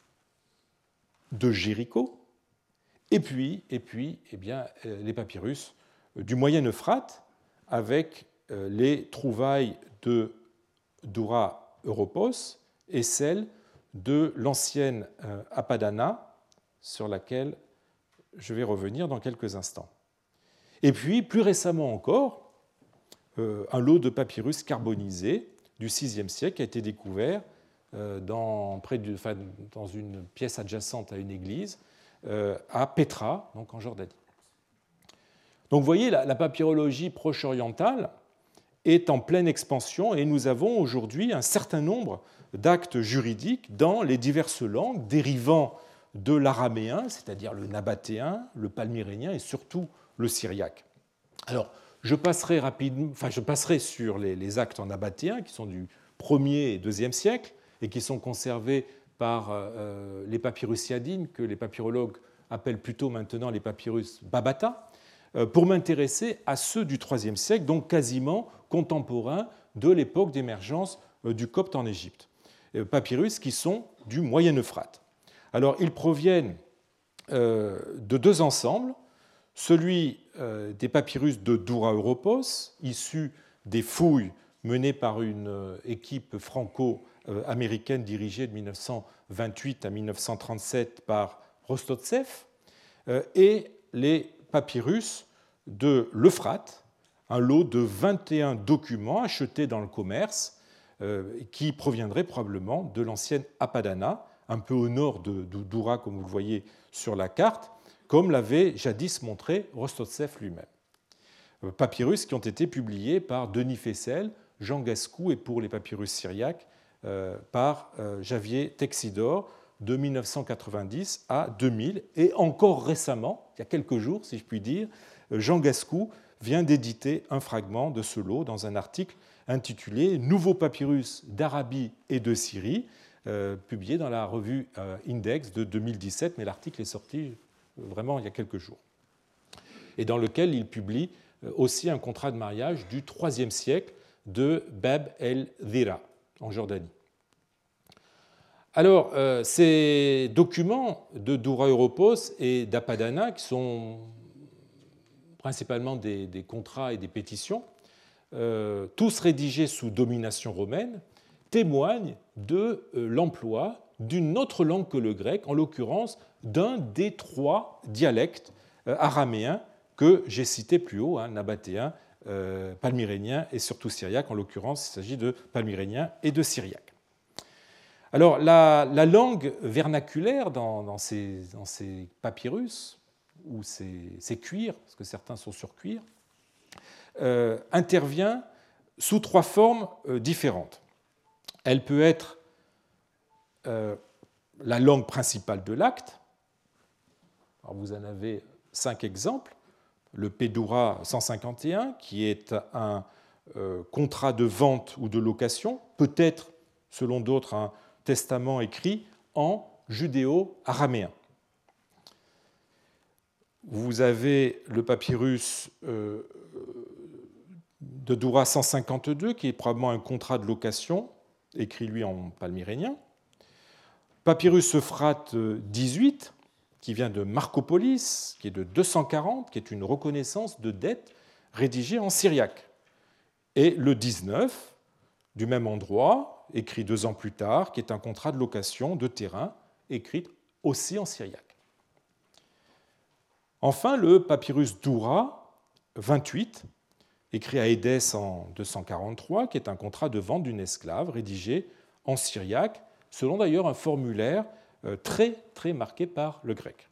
[SPEAKER 2] de Jéricho, et puis, et puis eh bien, les papyrus du Moyen-Euphrate, avec les trouvailles de Dura Europos et celles de l'ancienne Apadana, sur laquelle je vais revenir dans quelques instants. Et puis, plus récemment encore, un lot de papyrus carbonisés du sixième siècle a été découvert dans, près de, enfin, dans une pièce adjacente à une église, à Petra, donc en Jordanie. Donc vous voyez, la, la papyrologie proche-orientale est en pleine expansion et nous avons aujourd'hui un certain nombre d'actes juridiques dans les diverses langues dérivant de l'araméen, c'est-à-dire le nabatéen, le palmyrénien et surtout le syriaque. Alors, je passerai rapidement, enfin, je passerai sur les, les actes en nabatéen qui sont du premier et deuxième siècle et qui sont conservés par euh, les papyrusiadines, que les papyrologues appellent plutôt maintenant les papyrus babata, euh, pour m'intéresser à ceux du troisième siècle, donc quasiment contemporains de l'époque d'émergence euh, du copte en Égypte. Euh, papyrus qui sont du Moyen-Euphrate. Alors, ils proviennent euh, de deux ensembles, celui euh, des papyrus de Dura Europos, issus des fouilles menées par une euh, équipe franco-américaine dirigée de mille neuf cent vingt-huit à mille neuf cent trente-sept par Rostotsev, euh, et les papyrus de l'Euphrate, un lot de vingt et un documents achetés dans le commerce euh, qui proviendraient probablement de l'ancienne Apadana, un peu au nord de Dura, comme vous le voyez sur la carte, comme l'avait jadis montré Rostotsev lui-même. Papyrus qui ont été publiés par Denis Fessel, Jean Gascou et pour les papyrus syriaques euh, par euh, Javier Texidor de mille neuf cent quatre-vingt-dix à deux mille. Et encore récemment, il y a quelques jours si je puis dire, Jean Gascou vient d'éditer un fragment de ce lot dans un article intitulé « Nouveaux papyrus d'Arabie et de Syrie », euh, publié dans la revue euh, Index de deux mille dix-sept, mais l'article est sorti vraiment il y a quelques jours, et dans lequel il publie aussi un contrat de mariage du troisième siècle de Bab el-Dhira, en Jordanie. Alors, euh, ces documents de Dura Europos et d'Apadana, qui sont principalement des, des contrats et des pétitions, euh, tous rédigés sous domination romaine, témoignent de euh, l'emploi d'une autre langue que le grec, en l'occurrence d'un des trois dialectes euh, araméens que j'ai cités plus haut, hein, nabatéen, euh, palmyrénien et surtout syriaque. En l'occurrence, il s'agit de palmyrénien et de syriaque. Alors, la, la langue vernaculaire dans, dans, ces, dans ces papyrus, ou ces, ces cuirs, parce que certains sont sur cuir, euh, intervient sous trois formes euh, différentes. Elle peut être euh, la langue principale de l'acte. Alors, vous en avez cinq exemples. Le Pédoura cent cinquante et un, qui est un euh, contrat de vente ou de location, peut-être, selon d'autres, un testament écrit en judéo-araméen. Vous avez le papyrus euh, de Doura cent cinquante-deux, qui est probablement un contrat de location, écrit lui en palmyrénien. Papyrus Euphrate dix-huit, qui vient de Marcopolis, qui est de deux cent quarante, qui est une reconnaissance de dette rédigée en syriaque. Et le dix-neuf, du même endroit, écrit deux ans plus tard, qui est un contrat de location de terrain, écrit aussi en syriaque. Enfin, le papyrus Doura vingt-huit, écrit à Édesse en deux cent quarante-trois, qui est un contrat de vente d'une esclave rédigé en syriaque, selon d'ailleurs un formulaire très, très marqué par le grec.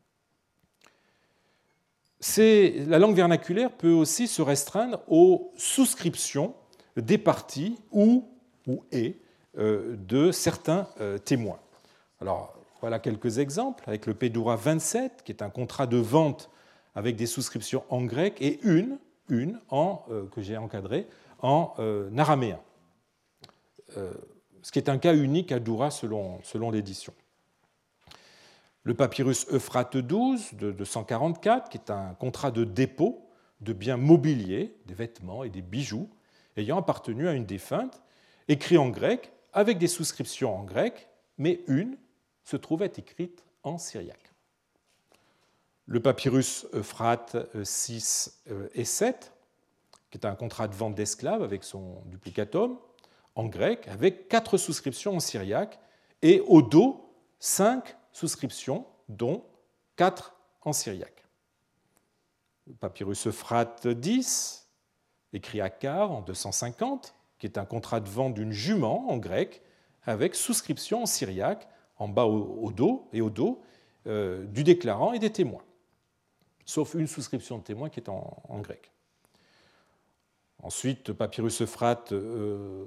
[SPEAKER 2] C'est, la langue vernaculaire peut aussi se restreindre aux souscriptions des parties ou, ou et euh, de certains euh, témoins. Alors, voilà quelques exemples, avec le Pédoura vingt-sept, qui est un contrat de vente avec des souscriptions en grec, et une, une en, euh, que j'ai encadrée en euh, araméen. Euh, ce qui est un cas unique à Doura selon, selon l'édition. Le papyrus Euphrate douze de deux cent quarante-quatre, qui est un contrat de dépôt de biens mobiliers, des vêtements et des bijoux, ayant appartenu à une défunte, écrit en grec, avec des souscriptions en grec, mais une se trouvait écrite en syriaque. Le papyrus Euphrate six et sept, qui est un contrat de vente d'esclaves avec son duplicatum, en grec, avec quatre souscriptions en syriaque, et au dos, cinq souscriptions, dont quatre en syriaque. Le papyrus Euphrate dix, écrit à Car en deux cent cinquante, qui est un contrat de vente d'une jument en grec, avec souscription en syriaque, en bas au, au dos et au dos, euh, du déclarant et des témoins, sauf une souscription de témoins qui est en, en grec. Ensuite, papyrus Euphrate euh,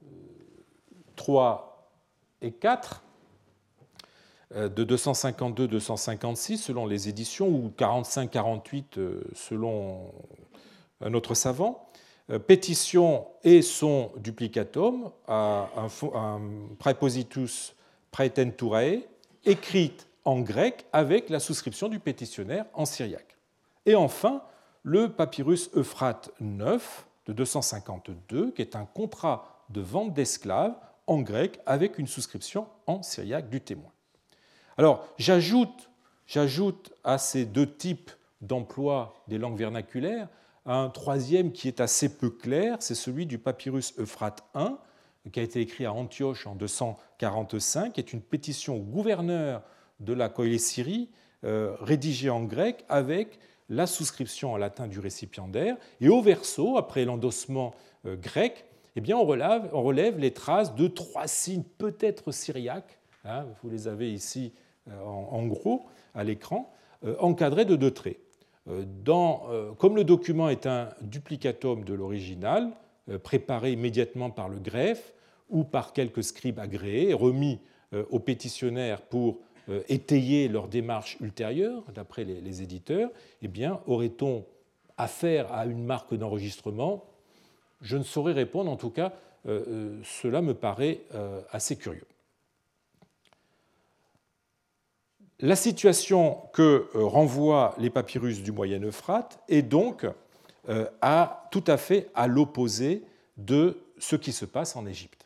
[SPEAKER 2] trois et quatre, de deux cent cinquante-deux à deux cent cinquante-six selon les éditions, ou quarante-cinq quarante-huit selon un autre savant, pétition et son duplicatum à un, un praepositus praetenturae, écrite en grec avec la souscription du pétitionnaire en syriaque. Et enfin, le papyrus Euphrate neuf de deux cent cinquante-deux, qui est un contrat de vente d'esclaves en grec avec une souscription en syriaque du témoin. Alors, j'ajoute, j'ajoute à ces deux types d'emploi des langues vernaculaires un troisième qui est assez peu clair, c'est celui du papyrus Euphrate un, qui a été écrit à Antioche en deux cent quarante-cinq, qui est une pétition au gouverneur de la Coëlée-Syrie, euh, rédigée en grec avec la souscription en latin du récipiendaire. Et au verso, après l'endossement euh, grec, eh bien, on, relève, on relève les traces de trois signes peut-être syriaques, hein, vous les avez ici euh, en, en gros à l'écran, euh, encadrés de deux traits. Euh, dans, euh, comme le document est un duplicatum de l'original, euh, préparé immédiatement par le greffe ou par quelques scribes agréés, remis euh, aux pétitionnaires pour euh, étayer leur démarche ultérieure, d'après les, les éditeurs, eh bien, aurait-on affaire à une marque d'enregistrement ? Je ne saurais répondre, en tout cas, euh, euh, cela me paraît euh, assez curieux. La situation que euh, renvoient les papyrus du Moyen-Euphrate est donc euh, à, tout à fait à l'opposé de ce qui se passe en Égypte.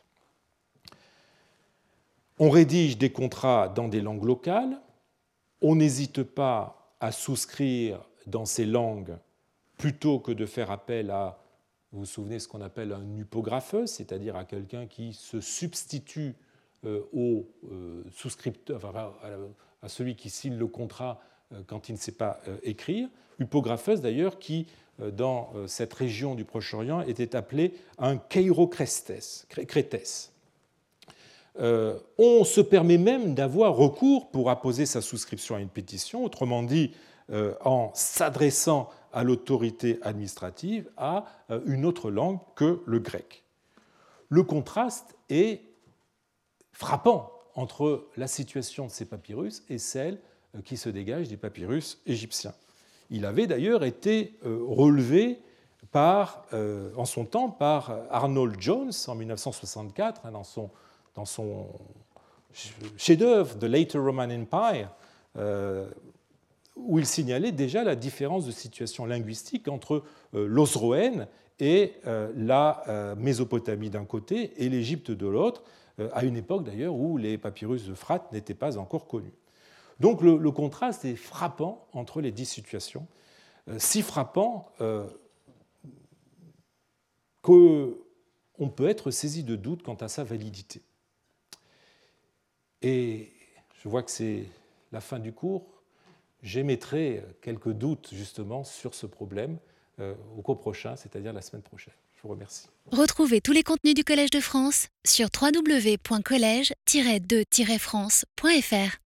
[SPEAKER 2] On rédige des contrats dans des langues locales, on n'hésite pas à souscrire dans ces langues plutôt que de faire appel à, vous vous souvenez, ce qu'on appelle un upographeux, c'est-à-dire à quelqu'un qui se substitue euh, au euh, souscripteur, enfin, à, à celui qui signe le contrat euh, quand il ne sait pas euh, écrire. Upographeuse d'ailleurs qui, euh, dans euh, cette région du Proche-Orient, était appelé un kairochrétès. Euh, on se permet même d'avoir recours pour apposer sa souscription à une pétition, autrement dit, euh, en s'adressant à l'autorité administrative à euh, une autre langue que le grec. Le contraste est frappant entre la situation de ces papyrus et celle euh, qui se dégage des papyrus égyptiens. Il avait d'ailleurs été euh, relevé par, euh, en son temps par Arnold Jones en mille neuf cent soixante-quatre, hein, dans son dans son chef-d'œuvre, The Later Roman Empire, euh, où il signalait déjà la différence de situation linguistique entre euh, l'Osroène et euh, la euh, Mésopotamie d'un côté et l'Égypte de l'autre, euh, à une époque d'ailleurs où les papyrus d'Euphrate n'étaient pas encore connus. Donc le, le contraste est frappant entre les dix situations, euh, si frappant euh, qu'on peut être saisi de doute quant à sa validité. Et je vois que c'est la fin du cours. J'émettrai quelques doutes justement sur ce problème euh, au cours prochain, c'est-à-dire la semaine prochaine. Je vous remercie.
[SPEAKER 1] Retrouvez tous les contenus du Collège de France sur w w w point collège tiret de tiret france point f r.